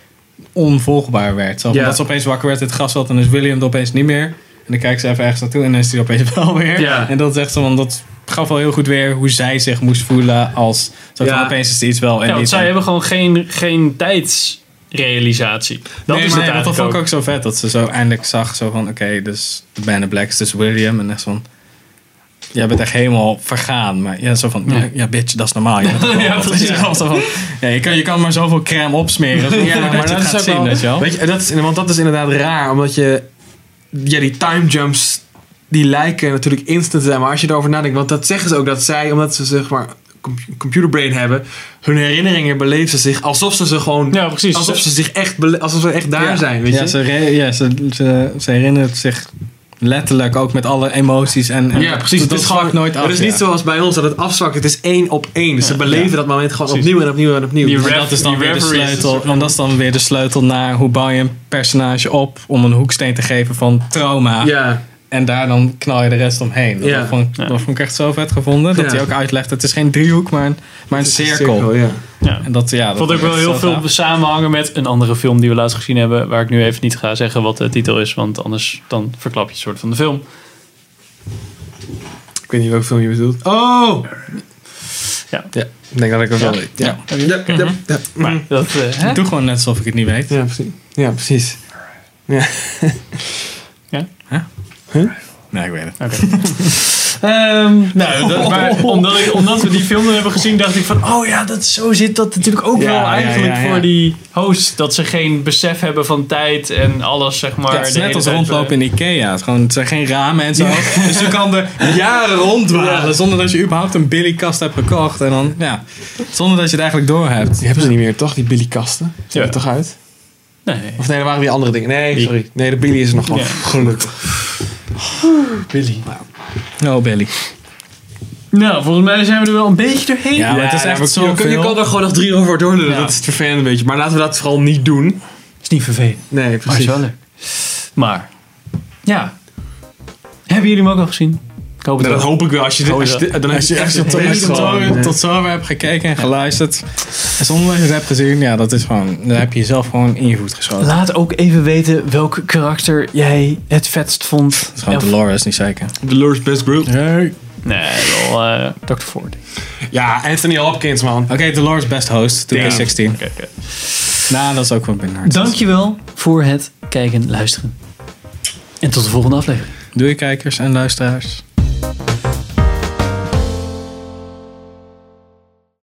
onvolgbaar werd. Zo, ja. Dat ze opeens wakker werd in het grasveld en is William er opeens niet meer. En dan kijkt ze even ergens naartoe en dan is hij opeens wel weer. Ja. En dat is echt zo, want dat... gaf wel heel goed weer hoe zij zich moest voelen als... Zo ja. opeens is er iets wel... En ja, want zij hebben gewoon geen, geen tijdsrealisatie. Dat nee, is maar het dat vond ik ook. ook zo vet. Dat ze zo eindelijk zag zo van... Oké, okay, dus Ben en Black is dus William. En echt van... Jij bent echt helemaal vergaan. Maar ja, zo van... Ja, ja, ja bitch, dat is normaal. Je, bent ja, dat is ja. Zo van, ja, je, kan, je kan maar zoveel crème opsmeren. Zo, ja, maar dat, dat is ook zien, wel... wel. Weet je, dat is, want dat is inderdaad raar. Omdat je... Ja, die time jumps... die lijken natuurlijk instant te zijn. Maar als je erover nadenkt... want dat zeggen ze ook dat zij... omdat ze zeg maar computerbrain hebben... hun herinneringen beleven ze zich... alsof ze ze gewoon... Ja, precies. Alsof ze zich echt... Bele- alsof ze echt daar ja. zijn, weet ja, je? Ze re- ja, ze, ze, ze herinnert zich... letterlijk ook met alle emoties en, en ja, precies. Dat, dat zwakt nooit af. Het is niet ja. zoals bij ons dat het afzwakt. Het is één op één. Dus ja, ze beleven ja. dat moment gewoon precies. opnieuw en opnieuw en opnieuw. Die ref, dat is dan weer de sleutel. Want dat is dan weer de sleutel naar hoe bouw je een personage op om een hoeksteen te geven van trauma. Ja. En daar dan knal je de rest omheen. Dat, Ja. vond, Ja. dat vond ik echt zo vet gevonden. Dat Ja. hij ook uitlegt. Het is geen driehoek, maar een, maar een cirkel. cirkel ja. Ja. En dat, ja, dat vond ik wel heel veel gaaf. samenhangen met een andere film die we laatst gezien hebben. Waar ik nu even niet ga zeggen wat de titel is. Want anders dan verklap je het soort van de film. Ik weet niet welke film je bedoelt. Oh! Ja. ja. Ik denk dat ik het wel Ja. weet. Ja. Ja. Ja. Ja. Ja. Ja. Maar dat, uh, hè? Ik doe gewoon net alsof ik het niet weet. Ja, precies. Ja, precies. Ja. Ja? Huh? Huh? Nee, ik weet het. Oké. Ehm, nou, dat, maar omdat, ik, omdat we die film hebben gezien, dacht ik van... Oh ja, dat, zo zit dat natuurlijk ook Ja, wel ja, eigenlijk ja, ja. voor die host. Dat ze geen besef hebben van tijd en alles, zeg maar. Ja, het is de net hele als tijd, rondlopen in Ikea. Het, is gewoon, het zijn geen ramen en zo. Dus je kan er jaren rondwalen. Ja. Zonder dat je überhaupt een Billy-kast hebt gekocht. En dan, ja, zonder dat je het eigenlijk door hebt. Die hebben ze niet meer, toch? Die Billy-kasten. Zijn Ja. er toch uit? Nee. Of nee, dat waren die andere dingen. Nee, Die. sorry. Nee, de Billy is er nog wel. Ja. Gelukkig. Billy. Oh, Billy. Nou, volgens mij zijn we er wel een beetje doorheen. Ja, maar het is Ja, echt maar zoveel. Je kan er gewoon nog drie uur over doorlullen. Ja. Dat is het vervelend een beetje. Maar laten we dat vooral niet doen. Is niet vervelend. Nee, Maar het precies. is wel leuk. Maar, ja. Hebben jullie hem ook al gezien? Ik hoop het Nou, dat wel. hoop ik wel. Als je, dit, Oh, als je, ja. dit- dan heb Als je je, als echt je een tot, hele tot, gewoon- zo, tot zover hebt gekeken en geluisterd. En zonder dat je het hebt gezien, ja, dat is gewoon. Dan heb je jezelf gewoon in je voet geschoten. Laat ook even weten welk karakter jij het vetst vond. Dat is gewoon Of- Dolores, niet zeker. Dolores Best Group. Nee. Nee, wel eh dokter Ford. Ja, Anthony Hopkins, man. Oké, Dolores Best Host, Damn. twintig zestien. Oké, oké. Nou, dat is ook wel binnen. Dankjewel voor het kijken en luisteren. En tot de volgende aflevering. Doei kijkers en luisteraars.